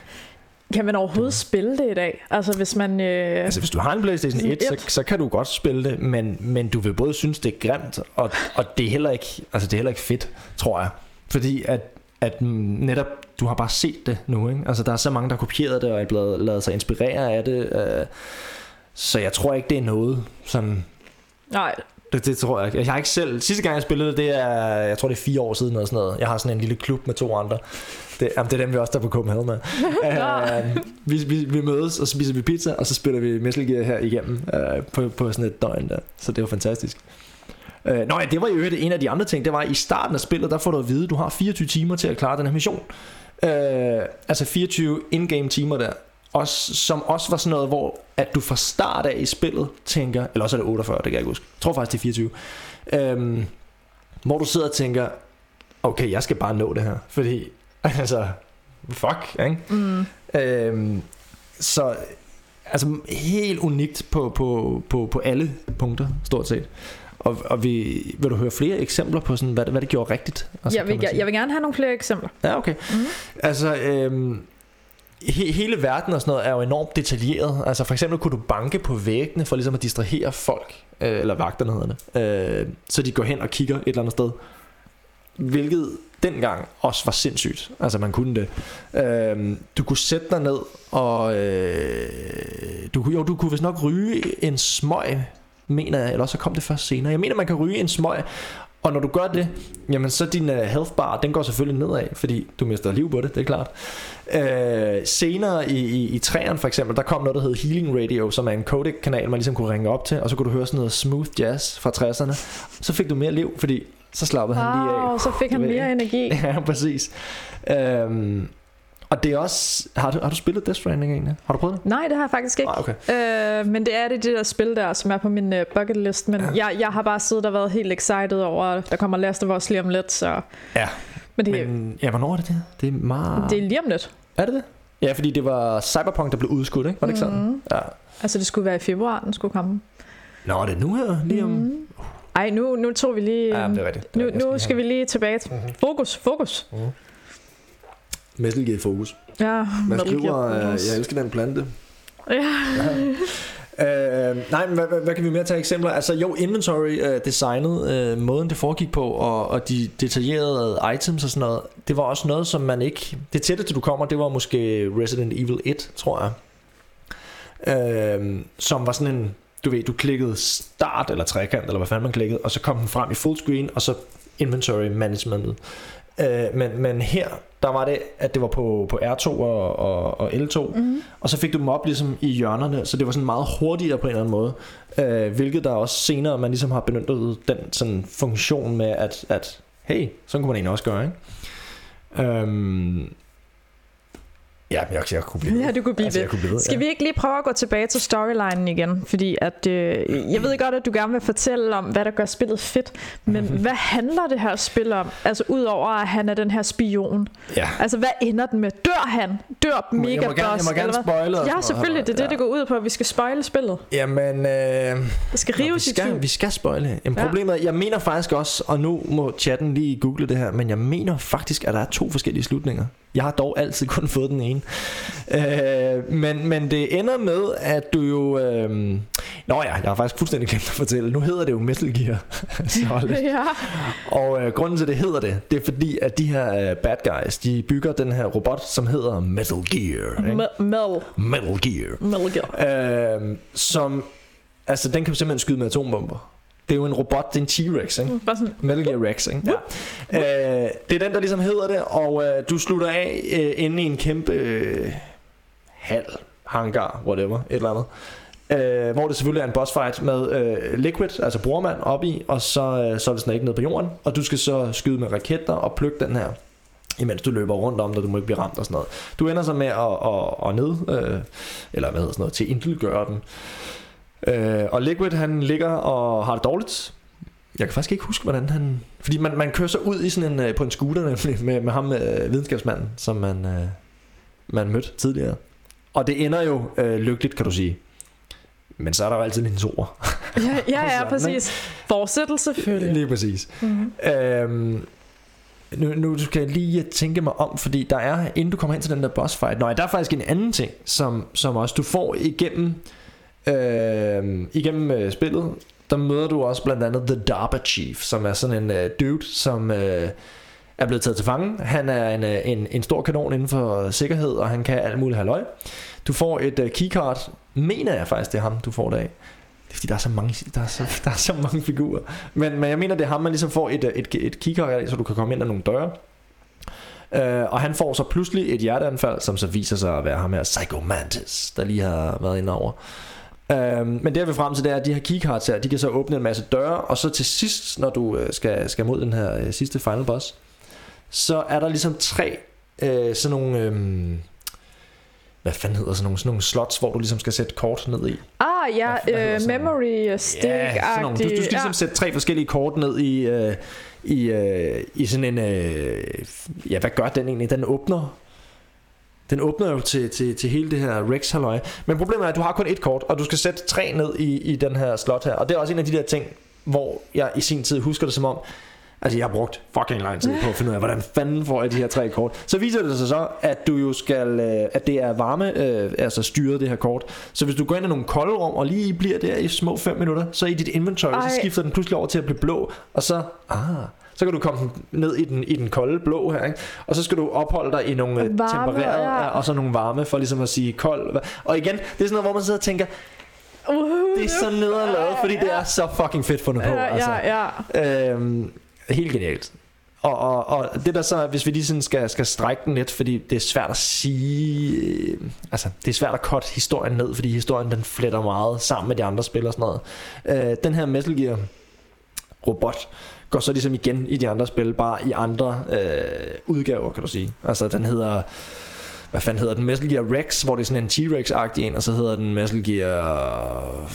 Kan man overhovedet spille det i dag? Altså hvis man øh... Altså hvis du har en PlayStation et, så, så kan du godt spille det, men, men du vil både synes det er grimt, og, og det er heller ikke, altså det er heller ikke fedt, tror jeg. Fordi at, at netop, du har bare set det nu, ikke? Altså der er så mange, der har kopieret det, og er blevet lavet sig inspirere af det, øh, så jeg tror ikke, det er noget sådan... Nej. Det, det tror jeg ikke. Jeg har ikke selv... Sidste gang jeg spillede det, det er... Jeg tror det er fire år siden eller sådan noget. Jeg har sådan en lille klub med to andre. Det, jamen, det er dem vi også der på Copenhagen med. uh, vi, vi, vi mødes og spiser vi pizza, og så spiller vi Metal Gear her igennem uh, på, på sådan et døgn der. Så det var fantastisk. uh, Nå ja, det var jo en af de andre ting. Det var i starten af spillet, der får du at vide, du har fireogtyve timer til at klare den her mission. uh, Altså fireogtyve in-game timer der. Også, som også var sådan noget, hvor at du fra start af i spillet tænker, eller også er det otteogfyrre, det kan jeg ikke huske, jeg tror faktisk det er fireogtyve, øhm, hvor du sidder og tænker, okay, jeg skal bare nå det her, fordi altså fuck, ikke? Mm. øhm, så altså helt unikt på, på, på, på alle punkter stort set. Og, og vi, vil du høre flere eksempler på sådan, hvad, hvad det gjorde rigtigt? Altså, jeg, vil, jeg, jeg vil gerne have nogle flere eksempler. Ja, okay. Mm. Altså øhm, He- hele verden og sådan noget er jo enormt detaljeret. Altså for eksempel kunne du banke på væggene for ligesom at distrahere folk, øh, eller vagterne hedder det, øh, så de går hen og kigger et eller andet sted, hvilket dengang også var sindssygt. Altså man kunne det. øh, Du kunne sætte dig ned og øh, du, jo, du kunne vist nok ryge en smøg, mener jeg, eller så kom det først senere. Jeg mener man kan ryge en smøg, og når du gør det, jamen så din uh, health bar, den går selvfølgelig nedad, fordi du mister liv på det, det er klart. Uh, senere i, i, i træerne for eksempel, der kom noget der hed Healing Radio, som er en codec kanal man ligesom kunne ringe op til, og så kunne du høre sådan noget smooth jazz fra tresserne. Så fik du mere liv, fordi så slappede wow, han lige af. Så fik han mere energi. Ja, præcis. um, Og det er også... Har du, har du spillet Death Stranding egentlig? Har du prøvet det? Nej, det har jeg faktisk ikke. Ah, okay. øh, Men det er det, det der spil der, som er på min uh, bucket list. Men ja. jeg, jeg har bare siddet og været helt excited over, der kommer Last of Us lige om lidt. Så... Ja. Men, det, Men ja, hvornår er det det? Det er meget... Det er lige om lidt. Er det det? Ja, fordi det var Cyberpunk, der blev udskudt, ikke? Var det ikke sådan? Mm. Ja. Altså det skulle være i februar, den skulle komme. Nå, er det nu her? Lige om... Mm. Ej, nu, nu tog vi lige... Ja, det er rigtigt. Det er nu rigtigt. nu skal vi lige tilbage til... Mm-hmm. Fokus, fokus. Mm. Metal Gear fokus. Ja, man skriver, jeg elsker den plante. Ja, ja. Uh, nej, men hvad, hvad, hvad kan vi mere tage eksempler? Altså jo, inventory uh, designet, uh, måden det foregik på, og, og de detaljerede items og sådan noget, det var også noget som man ikke, det tætteste du kommer, det var måske Resident Evil et, tror jeg, uh, som var sådan en, du ved, du klikkede start eller trekant eller hvad fanden man klikkede, og så kom den frem i fullscreen, og så inventory managementet. Uh, men, men her der var det, at det var på, på R to og, og, og L to, mm-hmm. og så fik du dem op ligesom i hjørnerne, så det var sådan meget hurtigere på en eller anden måde, uh, hvilket der også senere man ligesom har benyttet den sådan funktion med at, at hey, sådan kunne man egentlig også gøre, ikke? Um, Ja, jeg, jeg kunne blive Ja, du kunne blive altså, altså, blive ved. Skal ja. vi ikke lige prøve at gå tilbage til storylinen igen? Fordi at, øh, jeg ved godt, at du gerne vil fortælle om, hvad der gør spillet fedt. Men mm-hmm. hvad handler det her spil om? Altså udover at han er den her spion. Ja. Altså hvad ender den med? Dør han? Dør Megaboss? Jeg må gerne, jeg må gerne spoile. Ja, selvfølgelig. Det er det, ja. det går ud på. At vi skal spoile spillet. Jamen, øh, det skal rives vi skal, i vi skal spoile. Jamen, ja. Problemet er, jeg mener faktisk også, og nu må chatten lige google det her, men jeg mener faktisk, at der er to forskellige slutninger. Jeg har dog altid kun fået den ene. øh, men, men det ender med, at du jo... Øh... Nå ja, jeg har faktisk fuldstændig glemt at fortælle. Nu hedder det jo Metal Gear Solid. Ja. Og øh, grunden til, det hedder det, det er fordi, at de her øh, bad guys, de bygger den her robot, som hedder Metal Gear. Ikke? Me- Mel. Metal Gear. Metal Gear. Øh, som... Altså, den kan simpelthen skyde med atombomber. Det er jo en robot, det er en T-Rex, ikke? Sådan. Metal Gear Rex, ikke? Ja. Øh, det er den, der ligesom hedder det, og øh, du slutter af øh, inde i en kæmpe øh, hal, hangar, whatever, et eller andet. Øh, hvor det selvfølgelig er en boss fight med øh, Liquid, altså brormand, op i, og så, øh, så er det Snake ned på jorden, og du skal så skyde med raketter og plukke den her, imens du løber rundt om, og du må ikke blive ramt og sådan noget. Du ender så med at, at, at ned, øh, eller hvad hedder sådan noget, til intelgøre den. Øh, og Liquid, han ligger og har det dårligt. Jeg kan faktisk ikke huske, hvordan han... Fordi man, man kører så ud i sådan en, på en scooter med, med, med ham, øh, videnskabsmanden, som man, øh, man mødte tidligere. Og det ender jo øh, lykkeligt, kan du sige. Men så er der jo altid en ord. Ja, ja, ja præcis. Fortsættelse selvfølgelig. Lige præcis. Mm-hmm. Øhm, nu, nu skal jeg lige tænke mig om, fordi der er, inden du kommer hen til den der boss fight... Nej, der er faktisk en anden ting, som, som også du får igennem... Øh, igennem øh, spillet, der møder du også blandt andet The Darba Chief, som er sådan en øh, dude, som øh, er blevet taget til fange. Han er en, øh, en, en stor kanon inden for sikkerhed, og han kan alt muligt halløj. Du får et øh, keycard, mener jeg faktisk, det er ham, du får det af. Det er fordi, der er så mange, der er så, der er så mange figurer. Men, men jeg mener, det er ham, man ligesom får et, et, et keycard af, så du kan komme ind ad nogle døre. Uh, og han får så pludselig et hjerteanfald, som så viser sig at være ham her Psycho Mantis, der lige har været inde over. Uh, men det er vi frem til, det er, at de her keycards her, de kan så åbne en masse døre, og så til sidst, når du uh, skal, skal mod den her uh, sidste final boss, så er der ligesom tre uh, sådan nogle um, hvad fanden hedder sådan nogle, sådan nogle slots, hvor du ligesom skal sætte kort ned i. Ah ja, hvad, hvad uh, memory stick ja, du, du skal ligesom ja. sætte tre forskellige kort ned i uh, i, uh, i sådan en uh, ja, hvad gør den egentlig? Den åbner Den åbner jo til, til, til hele det her Rex halløj. Men problemet er, at du har kun et kort, og du skal sætte tre ned i, i den her slot her. Og det er også en af de der ting, hvor jeg i sin tid husker det som om, altså jeg har brugt fucking lang tid på at finde ud af, hvordan fanden får jeg de her tre kort. Så viser det sig så, at du jo skal, at det er varme, øh, altså styret det her kort. Så hvis du går ind i nogle kolde rum, og lige bliver der i små fem minutter, så i dit inventory, Ej. så skifter den pludselig over til at blive blå. Og så, ah... så kan du komme ned i den, i den kolde blå her, ikke? Og så skal du opholde dig i nogle varme, tempererede ja. og så nogle varme, for ligesom at sige kold. Og igen, det er sådan noget, hvor man sidder og tænker, uh, det er så nederlaget, fordi ja. det er så fucking fedt fundet på. Ja, altså. ja, ja. Øhm, helt genialt. Og, og, og det der så, hvis vi lige sådan skal, skal strække den lidt, fordi det er svært at sige, øh, altså det er svært at cutte historien ned, fordi historien den fletter meget sammen med de andre spil og sådan noget. Øh, den her Metal Gear robot går så ligesom igen i de andre spil, bare i andre øh, udgaver, kan du sige. Altså den hedder, hvad fanden hedder den? Metal Gear Rex, hvor det er sådan en T-Rex-agtig en, og så hedder den Metal Gear...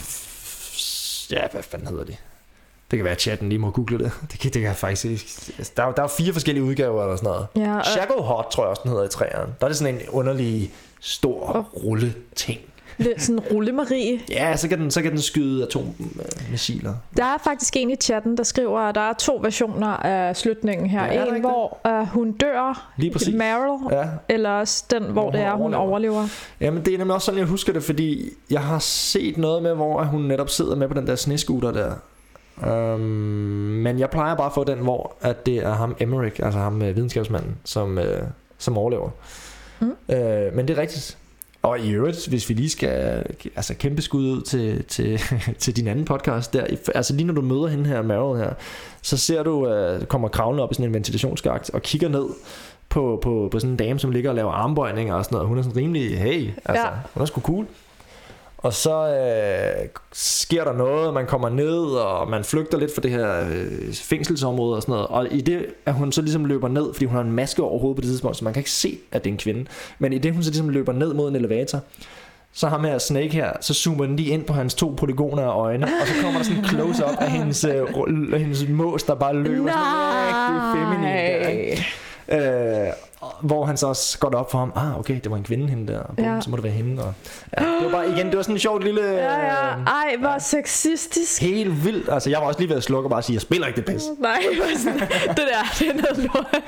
Ja, hvad fanden hedder de? Det kan være, at chatten lige må google det. Det kan, det kan jeg faktisk ikke. Der er, der er fire forskellige udgaver eller sådan noget. Ja, øh... Shadow Hot, tror jeg også, den hedder i træerne. Der er det sådan en underlig, stor oh. rulle ting. Lidt sådan rulle-Marie. Ja, så kan den, så kan den skyde atommissiler. Der er faktisk en i chatten, der skriver, at der er to versioner af slutningen her. Ja, en, hvor uh, hun dør, Meryl, ja. Eller også den, hvor, hvor det er, hun overlever. overlever. Jamen, det er nemlig også sådan, jeg husker det, fordi jeg har set noget med, hvor hun netop sidder med på den der snescooter der. Um, men jeg plejer bare at få den, hvor at det er ham Emmerich, altså ham videnskabsmanden, som, uh, som overlever. Mm. Uh, men det er rigtigt. Og i øvrigt, hvis vi lige skal altså kæmpe skud ud til, til, til din anden podcast der, altså lige når du møder hende her, Meryl her, så ser du, uh, kommer kravlende op i sådan en ventilationsskakt og kigger ned på, på, på sådan en dame, som ligger og laver armbøjninger og sådan noget. Hun er sådan rimelig, hey, altså, ja. Hun er sgu cool. Og så øh, sker der noget, man kommer ned, og man flygter lidt fra det her øh, fængselsområde og sådan noget. Og i det, at hun så ligesom løber ned, fordi hun har en maske over hovedet på det tidspunkt, så man kan ikke se, at det er en kvinde. Men i det, hun så ligesom løber ned mod en elevator, så har med Snake her, så zoomer den lige ind på hans to polygoner af øjne, og så kommer der sådan en close-up af hendes, øh, hendes mås, der bare løber sådan rigtig feminin der, øh, hvor han så også går op for ham. Ah, okay, det var en kvinde hende der, og boom, ja. Så må det være hende. Og, ja, det var bare igen, det var sådan en sjovt lille... Ja, ja. Ej, hvor ja. Sexistisk. Helt vildt. Altså, jeg var også lige ved at slukke og bare sige, jeg spiller ikke det pis. Nej, sådan, det der, det er noget lort.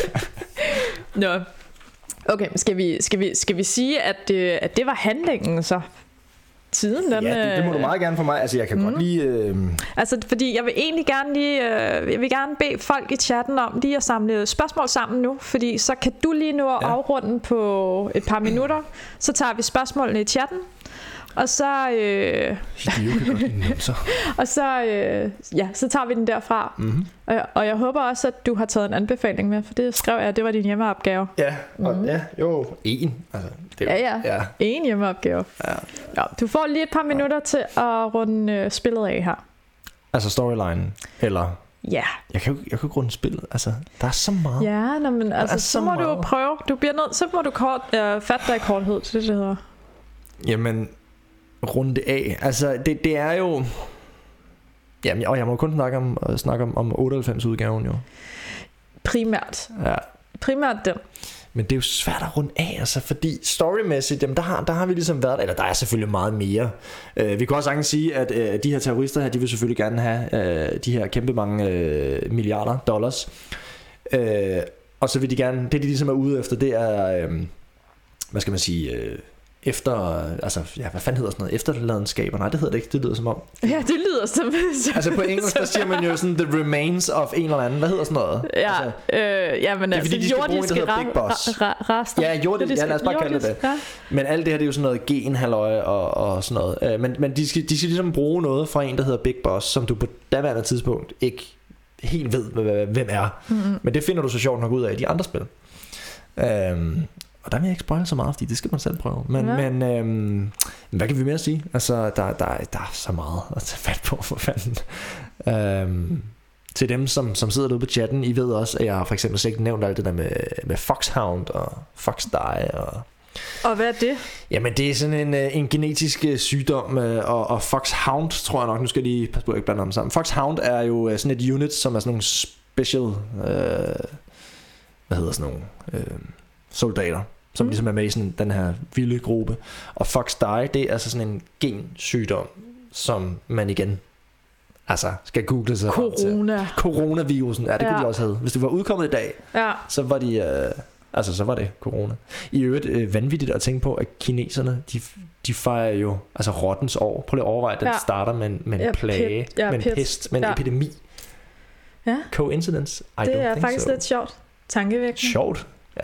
Nå. Okay, skal vi, skal vi, skal vi sige, at det, at det var handlingen så? Tiden, den, ja, det, det må du meget gerne for mig. Altså, jeg kan mm. godt lige... Øh... Altså, fordi jeg vil egentlig gerne lige... Øh, jeg vil gerne bede folk i chatten om lige at samle spørgsmål sammen nu, fordi så kan du lige nå at ja. afrunde på et par minutter. Så tager vi spørgsmålene i chatten. Og så øh, og så øh, ja, så tager vi den derfra. Mm-hmm. og, jeg, og jeg håber også, at du har taget en anbefaling med, for det skrev jeg, at det var din hjemmeopgave. Ja, og mm-hmm. ja, jo, en. Altså, det ja, ja, ja, en hjemmeopgave. Ja. Ja, du får lige et par minutter ja. til at runde øh, spillet af her. Altså storyline, eller... Ja. Jeg kan jo jeg kan ikke runde spillet. Altså, der er så meget. Ja, nå, men altså, så, så må meget. du prøve. Du bliver nødt, så må du kort, øh, fatte dig i korthed, det det hedder. Jamen, runde af. Altså, det, det er jo... Jamen, og jeg må kun snakke om, snakke om, om otteoghalvfems udgaven jo. Primært. Ja. Primært den. Men det er jo svært at runde af, altså, fordi storymæssigt, jamen, der, har, der har vi ligesom været, eller der er selvfølgelig meget mere. Uh, vi kan også sagtens sige, at uh, de her terrorister her, de vil selvfølgelig gerne have uh, de her kæmpe mange uh, milliarder dollars. Uh, og så vil de gerne, det de ligesom er ude efter, det er, uh, hvad skal man sige... Uh, efter, altså, ja, hvad fanden hedder sådan noget, efterladenskaber, nej, det hedder det ikke, det lyder som om. Ja, det lyder som... Altså på engelsk, der siger man jo sådan, the remains of en eller anden, hvad hedder sådan noget? Ja, altså, øh, ja men altså, de jordiske rester. Ja, jordiske, ja, lad os bare kalde det det. Ja. Men alt det her, det er jo sådan noget genhalløje og, og sådan noget. Uh, men men de, skal, de skal ligesom bruge noget fra en, der hedder Big Boss, som du på daværende tidspunkt ikke helt ved, hvem er. Mm-hmm. Men det finder du så sjovt nok ud af i de andre spil. Um, Og der vil jeg ikke spoile så meget, fordi det skal man selv prøve. Men, ja. men øhm, hvad kan vi mere sige? Altså, der, der, der er så meget at tage fat på, for fanden. Øhm, til dem, som, som sidder derude på chatten, I ved også, at jeg har for eksempel slet ikke nævnt alt det der med, med Foxhound og Foxdie. Og, og hvad er det? Jamen, det er sådan en, en genetisk sygdom, og, og Foxhound, tror jeg nok, nu skal jeg lige passe på, at jeg ikke blander dem sammen. Foxhound er jo sådan et unit, som er sådan nogle special, øh, hvad hedder sådan nogle... Øh, soldater, som mm. ligesom er med i sådan den her vilde gruppe. Og Foxdie, det er altså sådan en gensygdom, som man igen altså skal google sig Corona. til. Coronavirusen, ja, det ja. kunne de også have. Hvis det var udkommet i dag, ja. så var de øh, altså så var det corona. I øvrigt øh, vanvittigt at tænke på, at kineserne, de, de fejrer jo altså rottens år. Prøv lige at overveje, at den ja. starter med en, med en ja, plage, pit, ja, med en pit. pest, med en ja. epidemi. Ja. Coincidence? I det don't er think faktisk so. lidt sjovt. Tankevækkende. Sjovt? Ja.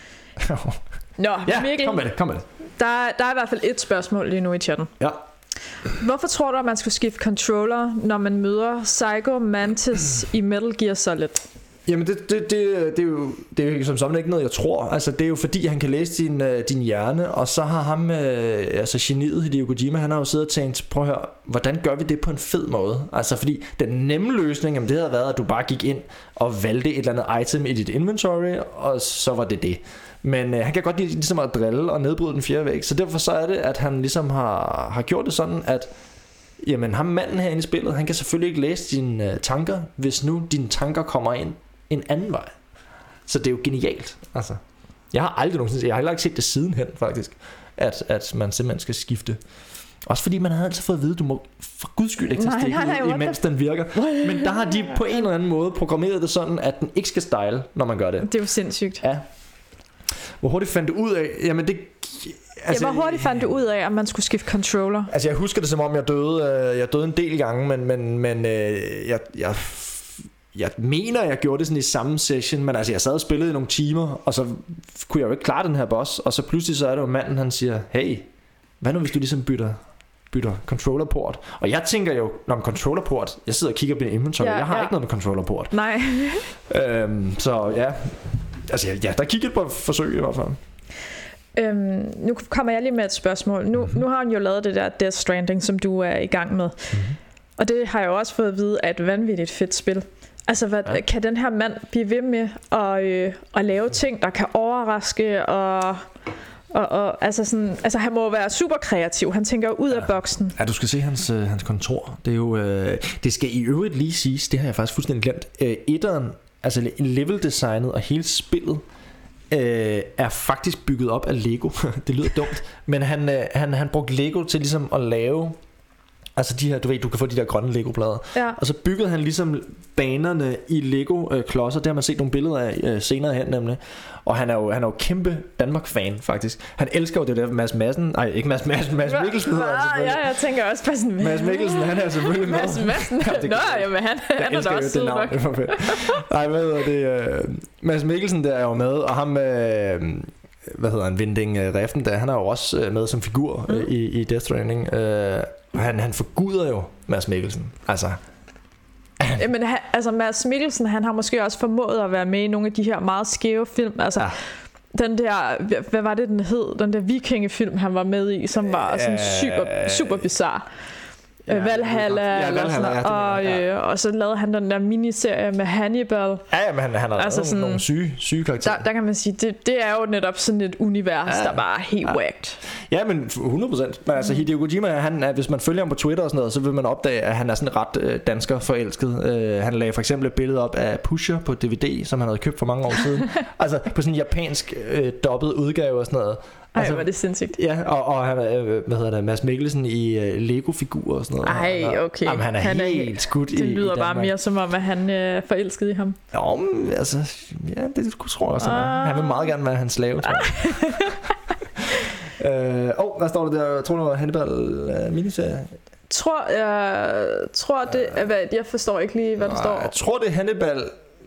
Nå, ja, Mikkel, kom med det, kom med det. Der, der er i hvert fald et spørgsmål lige nu i chatten. Ja. Hvorfor tror du, at man skulle skifte controller, når man møder Psycho Mantis i Metal Gear Solid? Jamen det, det, det, det, er jo, det er jo som sådan ikke noget jeg tror. Altså det er jo fordi han kan læse din, uh, din hjerne. Og så har ham uh, altså geniet Hideo Kojima, han har jo siddet og tænkt, prøv at høre, hvordan gør vi det på en fed måde? Altså fordi den nemme løsning, jamen, det havde været, at du bare gik ind og valgte et eller andet item i dit inventory, og så var det det. Men uh, han kan godt lide ligesom at drille og nedbryde den fjerde væg. Så derfor så er det, at han ligesom har, har gjort det sådan, at jamen ham manden herinde i spillet, han kan selvfølgelig ikke læse dine uh, tanker, hvis nu dine tanker kommer ind en anden vej. Så det er jo genialt. Altså, jeg har aldrig nogensinde, jeg har heller ikke set det sidenhen faktisk, at, at man simpelthen skal skifte. Også fordi man har altid fået at vide, du må for guds skyld ikke tage stikket ud, imens den virker. Men der har de på en eller anden måde programmeret det sådan, at den ikke skal style, når man gør det. Det er jo sindssygt. Ja. Hvor hurtigt fandt du ud af? Jamen det... Altså, ja, hvor hurtigt fandt du ud af, at man skulle skifte controller? Altså jeg husker det som om, jeg døde, jeg døde en del gange, men, men, men jeg... jeg Jeg mener, jeg gjorde det sådan i samme session, men altså jeg sad og spillede i nogle timer, og så kunne jeg jo ikke klare den her boss, og så pludselig så er det jo manden, han siger, hey, hvad nu hvis du ligesom bytter, bytter controllerport? Og jeg tænker jo, når controllerport, jeg sidder og kigger på min inventory, ja, jeg har ja. ikke noget med controllerport. Nej. øhm, så ja, altså ja, der kiggede på et forsøg i hvert fald. Øhm, nu kommer jeg lige med et spørgsmål. Nu, mm-hmm. nu har han jo lavet det der Death Stranding, som du er i gang med. Mm-hmm. Og det har jeg jo også fået at vide, at et vanvittigt fedt spil. Altså, hvad, ja. Kan den her mand blive ved med at, øh, at lave ting, der kan overraske og... Og, og, altså, sådan, altså han må være super kreativ. Han tænker ud ja. af boksen. Ja, du skal se hans, øh, hans kontor. Det er jo øh, det skal i øvrigt lige siges. Det har jeg faktisk fuldstændig glemt. øh, Etteren, altså level designet og hele spillet øh, er faktisk bygget op af Lego. Det lyder dumt, men han, øh, han, han brugte Lego til ligesom at lave, altså de her, du ved, du kan få de der grønne Lego-plader, ja. Og så byggede han ligesom banerne i Lego-klodser. Det har man set nogle billeder af øh, senere hen nemlig. Og han er jo, han er jo kæmpe Danmark-fan faktisk. Han elsker jo det der Mads Madsen. Nej, ikke Mads Madsen, Mads Mikkelsen hedder han selvfølgelig. Ja, jeg tænker også på sådan Mads Mikkelsen, han er selvfølgelig med. Mads Madsen. Nå, jamen han, han er da også sød nok. Nej, hvad hedder det? Øh, Mads Mikkelsen der er jo med, og ham øh, hvad hedder han, Vinding øh, Refn der, han er jo også øh, med som figur øh, i, i Death Stranding. Øh, han, han forguder jo Mads Mikkelsen. Altså Jamen, han, altså Mads Mikkelsen, han har måske også formået at være med i nogle af de her meget skæve film. Altså ja. Den der, hvad var det den hed? Den der vikingefilm han var med i, som var sådan super, super bizarre. Ja, Valhalla, ja, eller sådan, ja, og, ja. øh, og så lavede han den der miniserie med Hannibal. Ja, ja, men han, han har altså lavet nogle syge, syge karakterer. Der, der kan man sige, det, det er jo netop sådan et univers, ja, der bare er helt ja. whacked. Ja, men hundrede procent. Men altså Hideo Kojima, han, hvis man følger ham på Twitter og sådan noget, så vil man opdage, at han er sådan ret øh, dansker forelsket. Øh, han lagde for eksempel et billede op af Pusher på D V D, som han havde købt for mange år siden. Altså på sådan en japansk øh, dobbet udgave og sådan noget. Altså, ej, var det sindssygt. Ja, og, og han er, hvad hedder det, Mads Mikkelsen i uh, Lego-figurer og sådan noget. Ej, okay. Jamen, han er han helt er, skudt i Det lyder i bare mere som om, at han er forelsket i ham. Jo, men altså, ja, det tror jeg også. Uh. Han vil meget gerne være hans slave, tror jeg. uh, oh, hvad står der der? Tror du, at Hannibal uh, miniserie? Tror, jeg tror det, uh, hvad, jeg forstår ikke lige, hvad der står. Jeg tror, det er Hannibal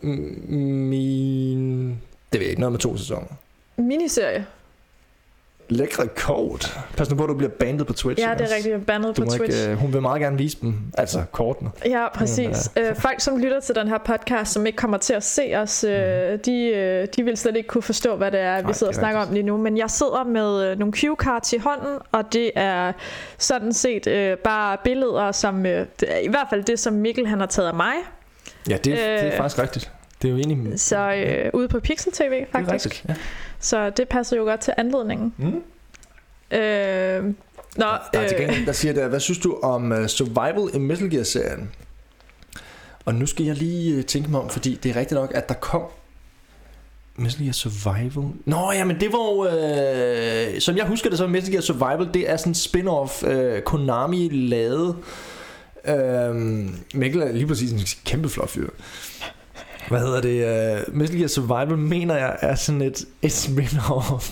min... Det ved jeg ikke, noget med to sæsoner. Miniserie? Lækre kort. Pas nu på, at du bliver bandet på Twitch. Ja, det er rigtigt, bandet på Twitch. Ikke, uh, hun vil meget gerne vise dem, altså kortene. Ja, præcis. Men, uh, folk, som lytter til den her podcast, som ikke kommer til at se os, uh, mm. de, uh, de vil slet ikke kunne forstå, hvad det er, vi Nej, sidder og snakker rigtigt. om lige nu. Men jeg sidder med uh, nogle cue-cards i hånden, og det er sådan set uh, bare billeder, som uh, det er i hvert fald det, som Mikkel han har taget af mig. Ja, det, uh, det er faktisk rigtigt. Det er jo egentlig... Så uh, ja. ude på Pixel T V, faktisk. Det er rigtigt, ja. Så det passer jo godt til anledningen. Mm. Øh, nå, der, der, øh, der siger der, hvad synes du om uh, Survival i Metal Gear-serien? Og nu skal jeg lige uh, tænke mig om, fordi det er rigtigt nok, at der kom Metal Gear Survival. Nå, jamen det var jo, uh, som jeg husker det, så Metal Gear Survival, det er sådan en spin-off uh, Konami lavede. Uh, Mikkel er lige præcis en kæmpe flot fyr. Hvad hedder det? Uh, Metal Gear Survival mener jeg er sådan et, et spin-off.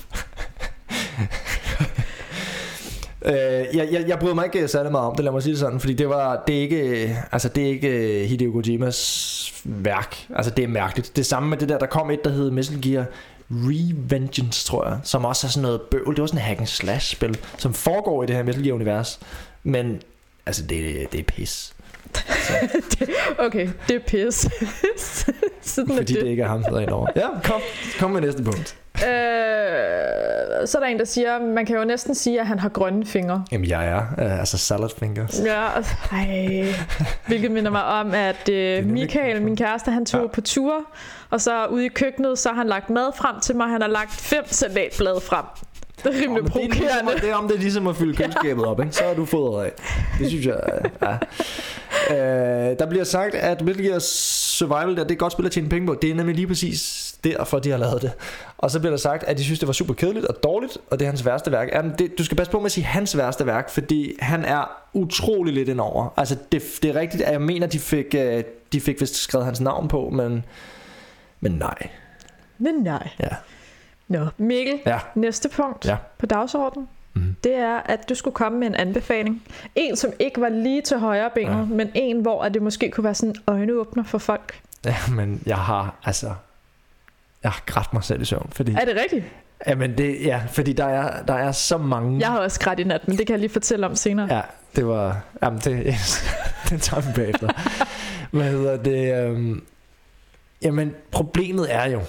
uh, jeg, jeg, jeg bryder mig ikke særlig meget om det, lad mig sige det sådan, fordi det var det er ikke, altså det er ikke Hideo Kojimas værk. Altså det er mærkeligt. Det samme med det der, der kom et der hed Metal Gear Revengeance, tror jeg, som også er sådan noget bøvl. Det var sådan en hack and slash spil, som foregår i det her Metal Gear univers. Men altså det, det er pis. det, okay, det er pis. Sådan fordi det. det ikke er ham, der er indover. Ja, kom, kom med næste punkt. Øh, så er der en, der siger, man kan jo næsten sige, at han har grønne fingre. Jamen jeg er, uh, altså salad fingers. Ja, ej, hvilket minder mig om, at uh, Michael, min kæreste, han tog ja. på tur, og så ude i køkkenet, så har han lagt mad frem til mig. Han har lagt fem salatblade frem. Det er rimelig provokerende. Det er om det er ligesom at fylde køleskabet op, ikke? Så er du fodret af. Det synes jeg, ja. Uh, der bliver sagt, at Metal Gear Survival der, det er godt spil at tjene penge på. Det er nemlig lige præcis derfor, de har lavet det. Og så bliver der sagt, at de synes, det var super kedeligt og dårligt, og det er hans værste værk. Jamen, det, du skal passe på med at sige hans værste værk, fordi han er utrolig lidt indover. Altså, det, det er rigtigt, at jeg mener, de fik, de fik vist skrevet hans navn på, men, men nej. Men nej. Ja. Nå, Mikkel, ja. næste punkt ja. på dagsordenen, mm-hmm. det er, at du skulle komme med en anbefaling. En, som ikke var lige til højre benet, ja. men en, hvor at det måske kunne være sådan en øjenåbner for folk. Ja, men jeg har, altså, jeg har grædt mig selv i søvn. Fordi, er det rigtigt? Jamen, det, ja, fordi der er, der er så mange... Jeg har også grædt i nat, men det kan jeg lige fortælle om senere. Ja, det var, jamen, det, det tager vi bagefter. Hvad hedder det? Um, jamen, problemet er jo,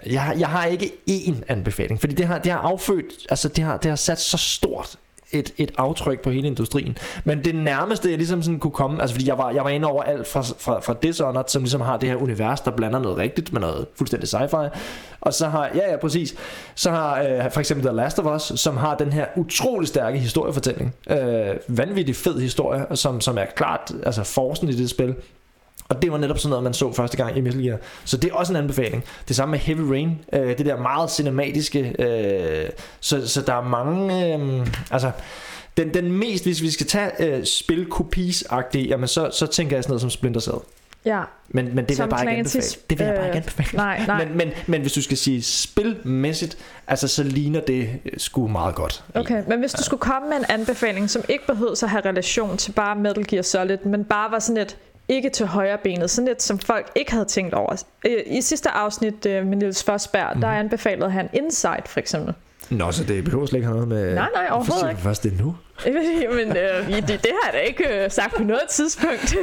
Jeg, jeg har ikke én anbefaling, fordi det har, det har affødt, altså det har, det har sat så stort et, et aftryk på hele industrien. Men det nærmeste jeg ligesom sådan kunne komme, altså fordi jeg var, jeg var inde over alt fra, fra, fra Dishonored, som ligesom har det her univers, der blander noget rigtigt med noget fuldstændig sci-fi. Og så har, ja ja præcis, så har øh, for eksempel The Last of Us, som har den her utrolig stærke historiefortælling. Øh, vanvittig fed historie, som, som er klart altså forsen i det spil. Og det var netop sådan noget man så første gang i Metal Gear. Så det er også en anbefaling. Det samme med Heavy Rain, øh, det der meget cinematiske, øh, så, så der er mange øh, altså den, den mest, hvis vi skal tage øh, spil-kopies-agtige, jamen så, så tænker jeg sådan noget som Splinter Cell. Ja. Men, men det vil jeg bare ikke anbefale. Det vil jeg bare ikke anbefale. Øh, nej, nej. Men, men, men hvis du skal sige spilmæssigt, altså så ligner det sgu meget godt. Okay, men hvis du skulle komme med en anbefaling, som ikke behøver at have relation til bare Metal Gear Solid, men bare var sådan et ikke til højre benet, sådan lidt som folk ikke havde tænkt over. I sidste afsnit med Niels Forsberg, mm. der anbefalede han Insight for eksempel. Nå, så det behøver slet ikke have noget med... Nej, nej, overhovedet ikke. Først det nu? Men øh, det, det har jeg da ikke øh, sagt på noget tidspunkt.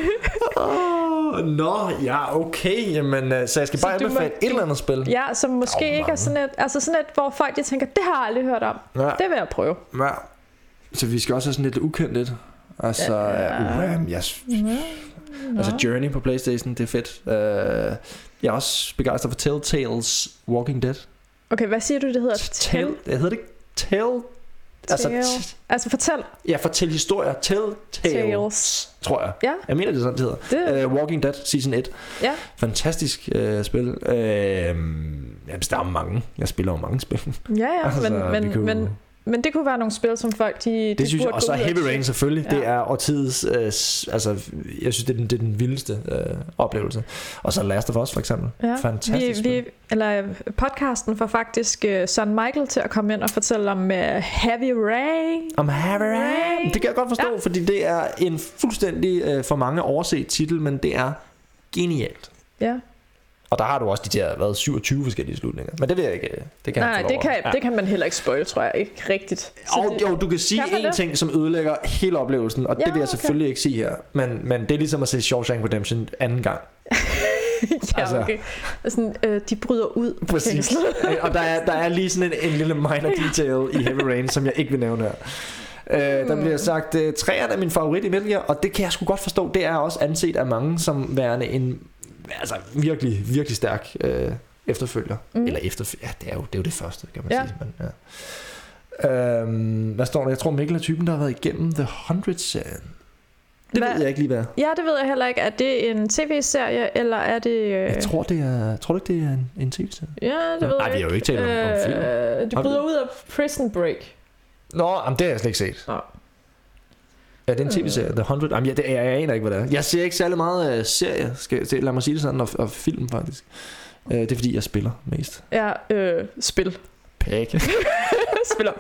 oh, Nå, ja, okay. Jamen, øh, så jeg skal så bare anbefale må, et eller andet spil. Ja, som måske oh, ikke er sådan et, altså sådan et, hvor folk de tænker, det har jeg aldrig hørt om. Ja. Det vil jeg prøve. Ja. Så vi skal også have sådan lidt ukendt lidt. Altså, ja. uh, yes. ja. Altså Journey på PlayStation, det er fedt. uh, Jeg er også begejstret for Telltales Walking Dead. Okay, hvad siger du det hedder? Tell? Det hedder det ikke Tell? Altså, t- altså fortæl. Ja, fortæl historier. Telltales, tror jeg. Ja. Jeg mener det er sådan det hedder. Det. Uh, Walking Dead Season et. Ja. Fantastisk uh, spil. uh, Jamen der er mange. Jeg spiller jo mange spil. Ja, ja, altså, men, men, kunne... men Men det kunne være nogle spil, som folk de, de det synes jeg, og så Heavy Rain selvfølgelig. Ja. Det er årtidets øh, altså jeg synes det er den, det er den vildeste øh, oplevelse. Og så Last of Us for eksempel. Ja. Fantastisk. Vi, vi, eller podcasten får faktisk uh, Son Michael til at komme ind og fortælle om uh, Heavy Rain. Om Heavy Rain. Det kan jeg godt forstå, ja. Fordi det er en fuldstændig øh, for mange overset titel, men det er genialt. Ja. Og der har du også de der været syvogtyve forskellige slutninger. Men det ved jeg ikke. Det kan Nej, det kan, ja. det kan man heller ikke spoil, tror jeg. Ikke rigtigt. Og, det, jo, du kan sige én ting, som ødelægger hele oplevelsen. Og ja, det vil jeg selvfølgelig okay. ikke sige her. Men, men det er ligesom at se Shawshank Redemption anden gang. ja, altså, okay. Sådan, øh, de bryder ud. Præcis. Og der er, der er lige sådan en, en lille minor detail i Heavy Rain, som jeg ikke vil nævne her. Uh, der bliver sagt, uh, træerne er min favorit i Metal Gear. Og det kan jeg sgu godt forstå. Det er også anset af mange som værende en... Altså virkelig, virkelig stærk øh, efterfølger. Mm. Eller efterfølger, ja, det er, jo, det er jo det første, kan man ja. sige. Men, ja. øhm, hvad står der? Jeg tror Mikkel er typen, der har været igennem The hundred-serien. Det hvad? ved jeg ikke lige hvad. Ja, det ved jeg heller ikke. Er det en tv-serie, eller er det... Øh... Jeg tror, det er, tror du ikke, det er en, en tv-serie? Ja, det ja. ved Nej, jeg ikke. Nej, vi har jo ikke talt om, øh, om film. Du bryder ud af Prison Break. Nå, jamen, det har jeg slet ikke set. Nå. Ja, det er en tv-serie, The hundred. Jamen, jeg, det, jeg, jeg aner ikke, hvad det er. Jeg ser ikke særlig meget uh, serie, skal, lad mig sige det sådan, og, og film faktisk. uh, Det er fordi, jeg spiller mest. Ja, øh, spil. Pæk. Spiller.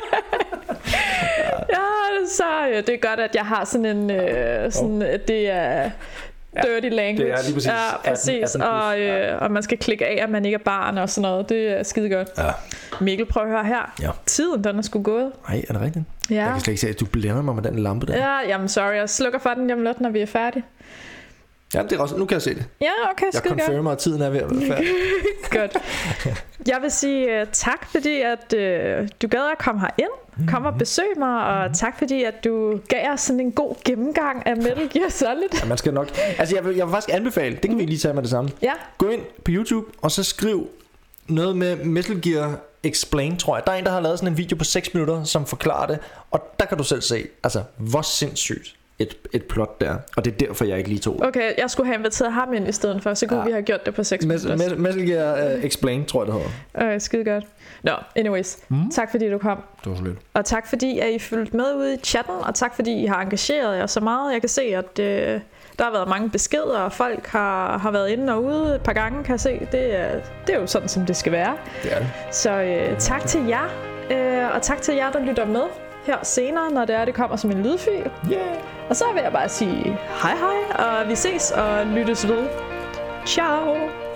Ja, så øh, det er godt, at jeg har sådan en, øh, sådan, oh. det er... Dirty language. Det er lige præcis. Ja, præcis. atten, atten og, øh, ja. og man skal klikke af, at man ikke er barn og sådan noget. Det er skide godt. Ja. Mikkel, prøv at høre her. Ja. Tiden, den er sgu gået. Nej, er det rigtigt? Ja. Jeg kan slet ikke se, at du blænder mig med den lampe der. Ja, jamen sorry. Jeg slukker for den lige lidt, når vi er færdige. Ja, det er også, nu kan jeg se det. Ja, okay, jeg skide godt. Jeg confirmer, at tiden er ved at være færdig. Godt. Jeg vil sige uh, tak, fordi at uh, du gad at komme herind. Kom og besøg mig, og tak fordi at du gav os sådan en god gennemgang af Metal Gear Solid. Ja, man skal nok. Altså jeg vil, jeg vil faktisk anbefale, det kan vi lige tage med det samme. Ja. Gå ind på YouTube og så skriv noget med Metal Gear Explain, tror jeg. Der er en, der har lavet sådan en video på seks minutter, som forklarer det, og der kan du selv se, altså hvor sindssygt et, et plot der. Og det er derfor jeg ikke lige tog. Okay, jeg skulle have inviteret ham ind i stedet for, så kunne ja. vi have gjort det på seks minutter. Metal, Metal Gear uh, Explain, tror jeg det hedder. Okay, skide godt. Nå, no, anyways, mm. tak fordi du kom. Det var så lidt. Og tak fordi at I fulgte med ude i chatten, og tak fordi I har engageret jer så meget. Jeg kan se at øh, der har været mange beskeder, og folk har, har været inde og ude et par gange, kan jeg se. Det er, det er jo sådan som det skal være. Det er det. Så øh, tak til jer, øh, og tak til jer der lytter med her senere, når det er det kommer som en lydfil. Yeah. Og så vil jeg bare sige hej hej, og vi ses og lyttes ved. Ciao.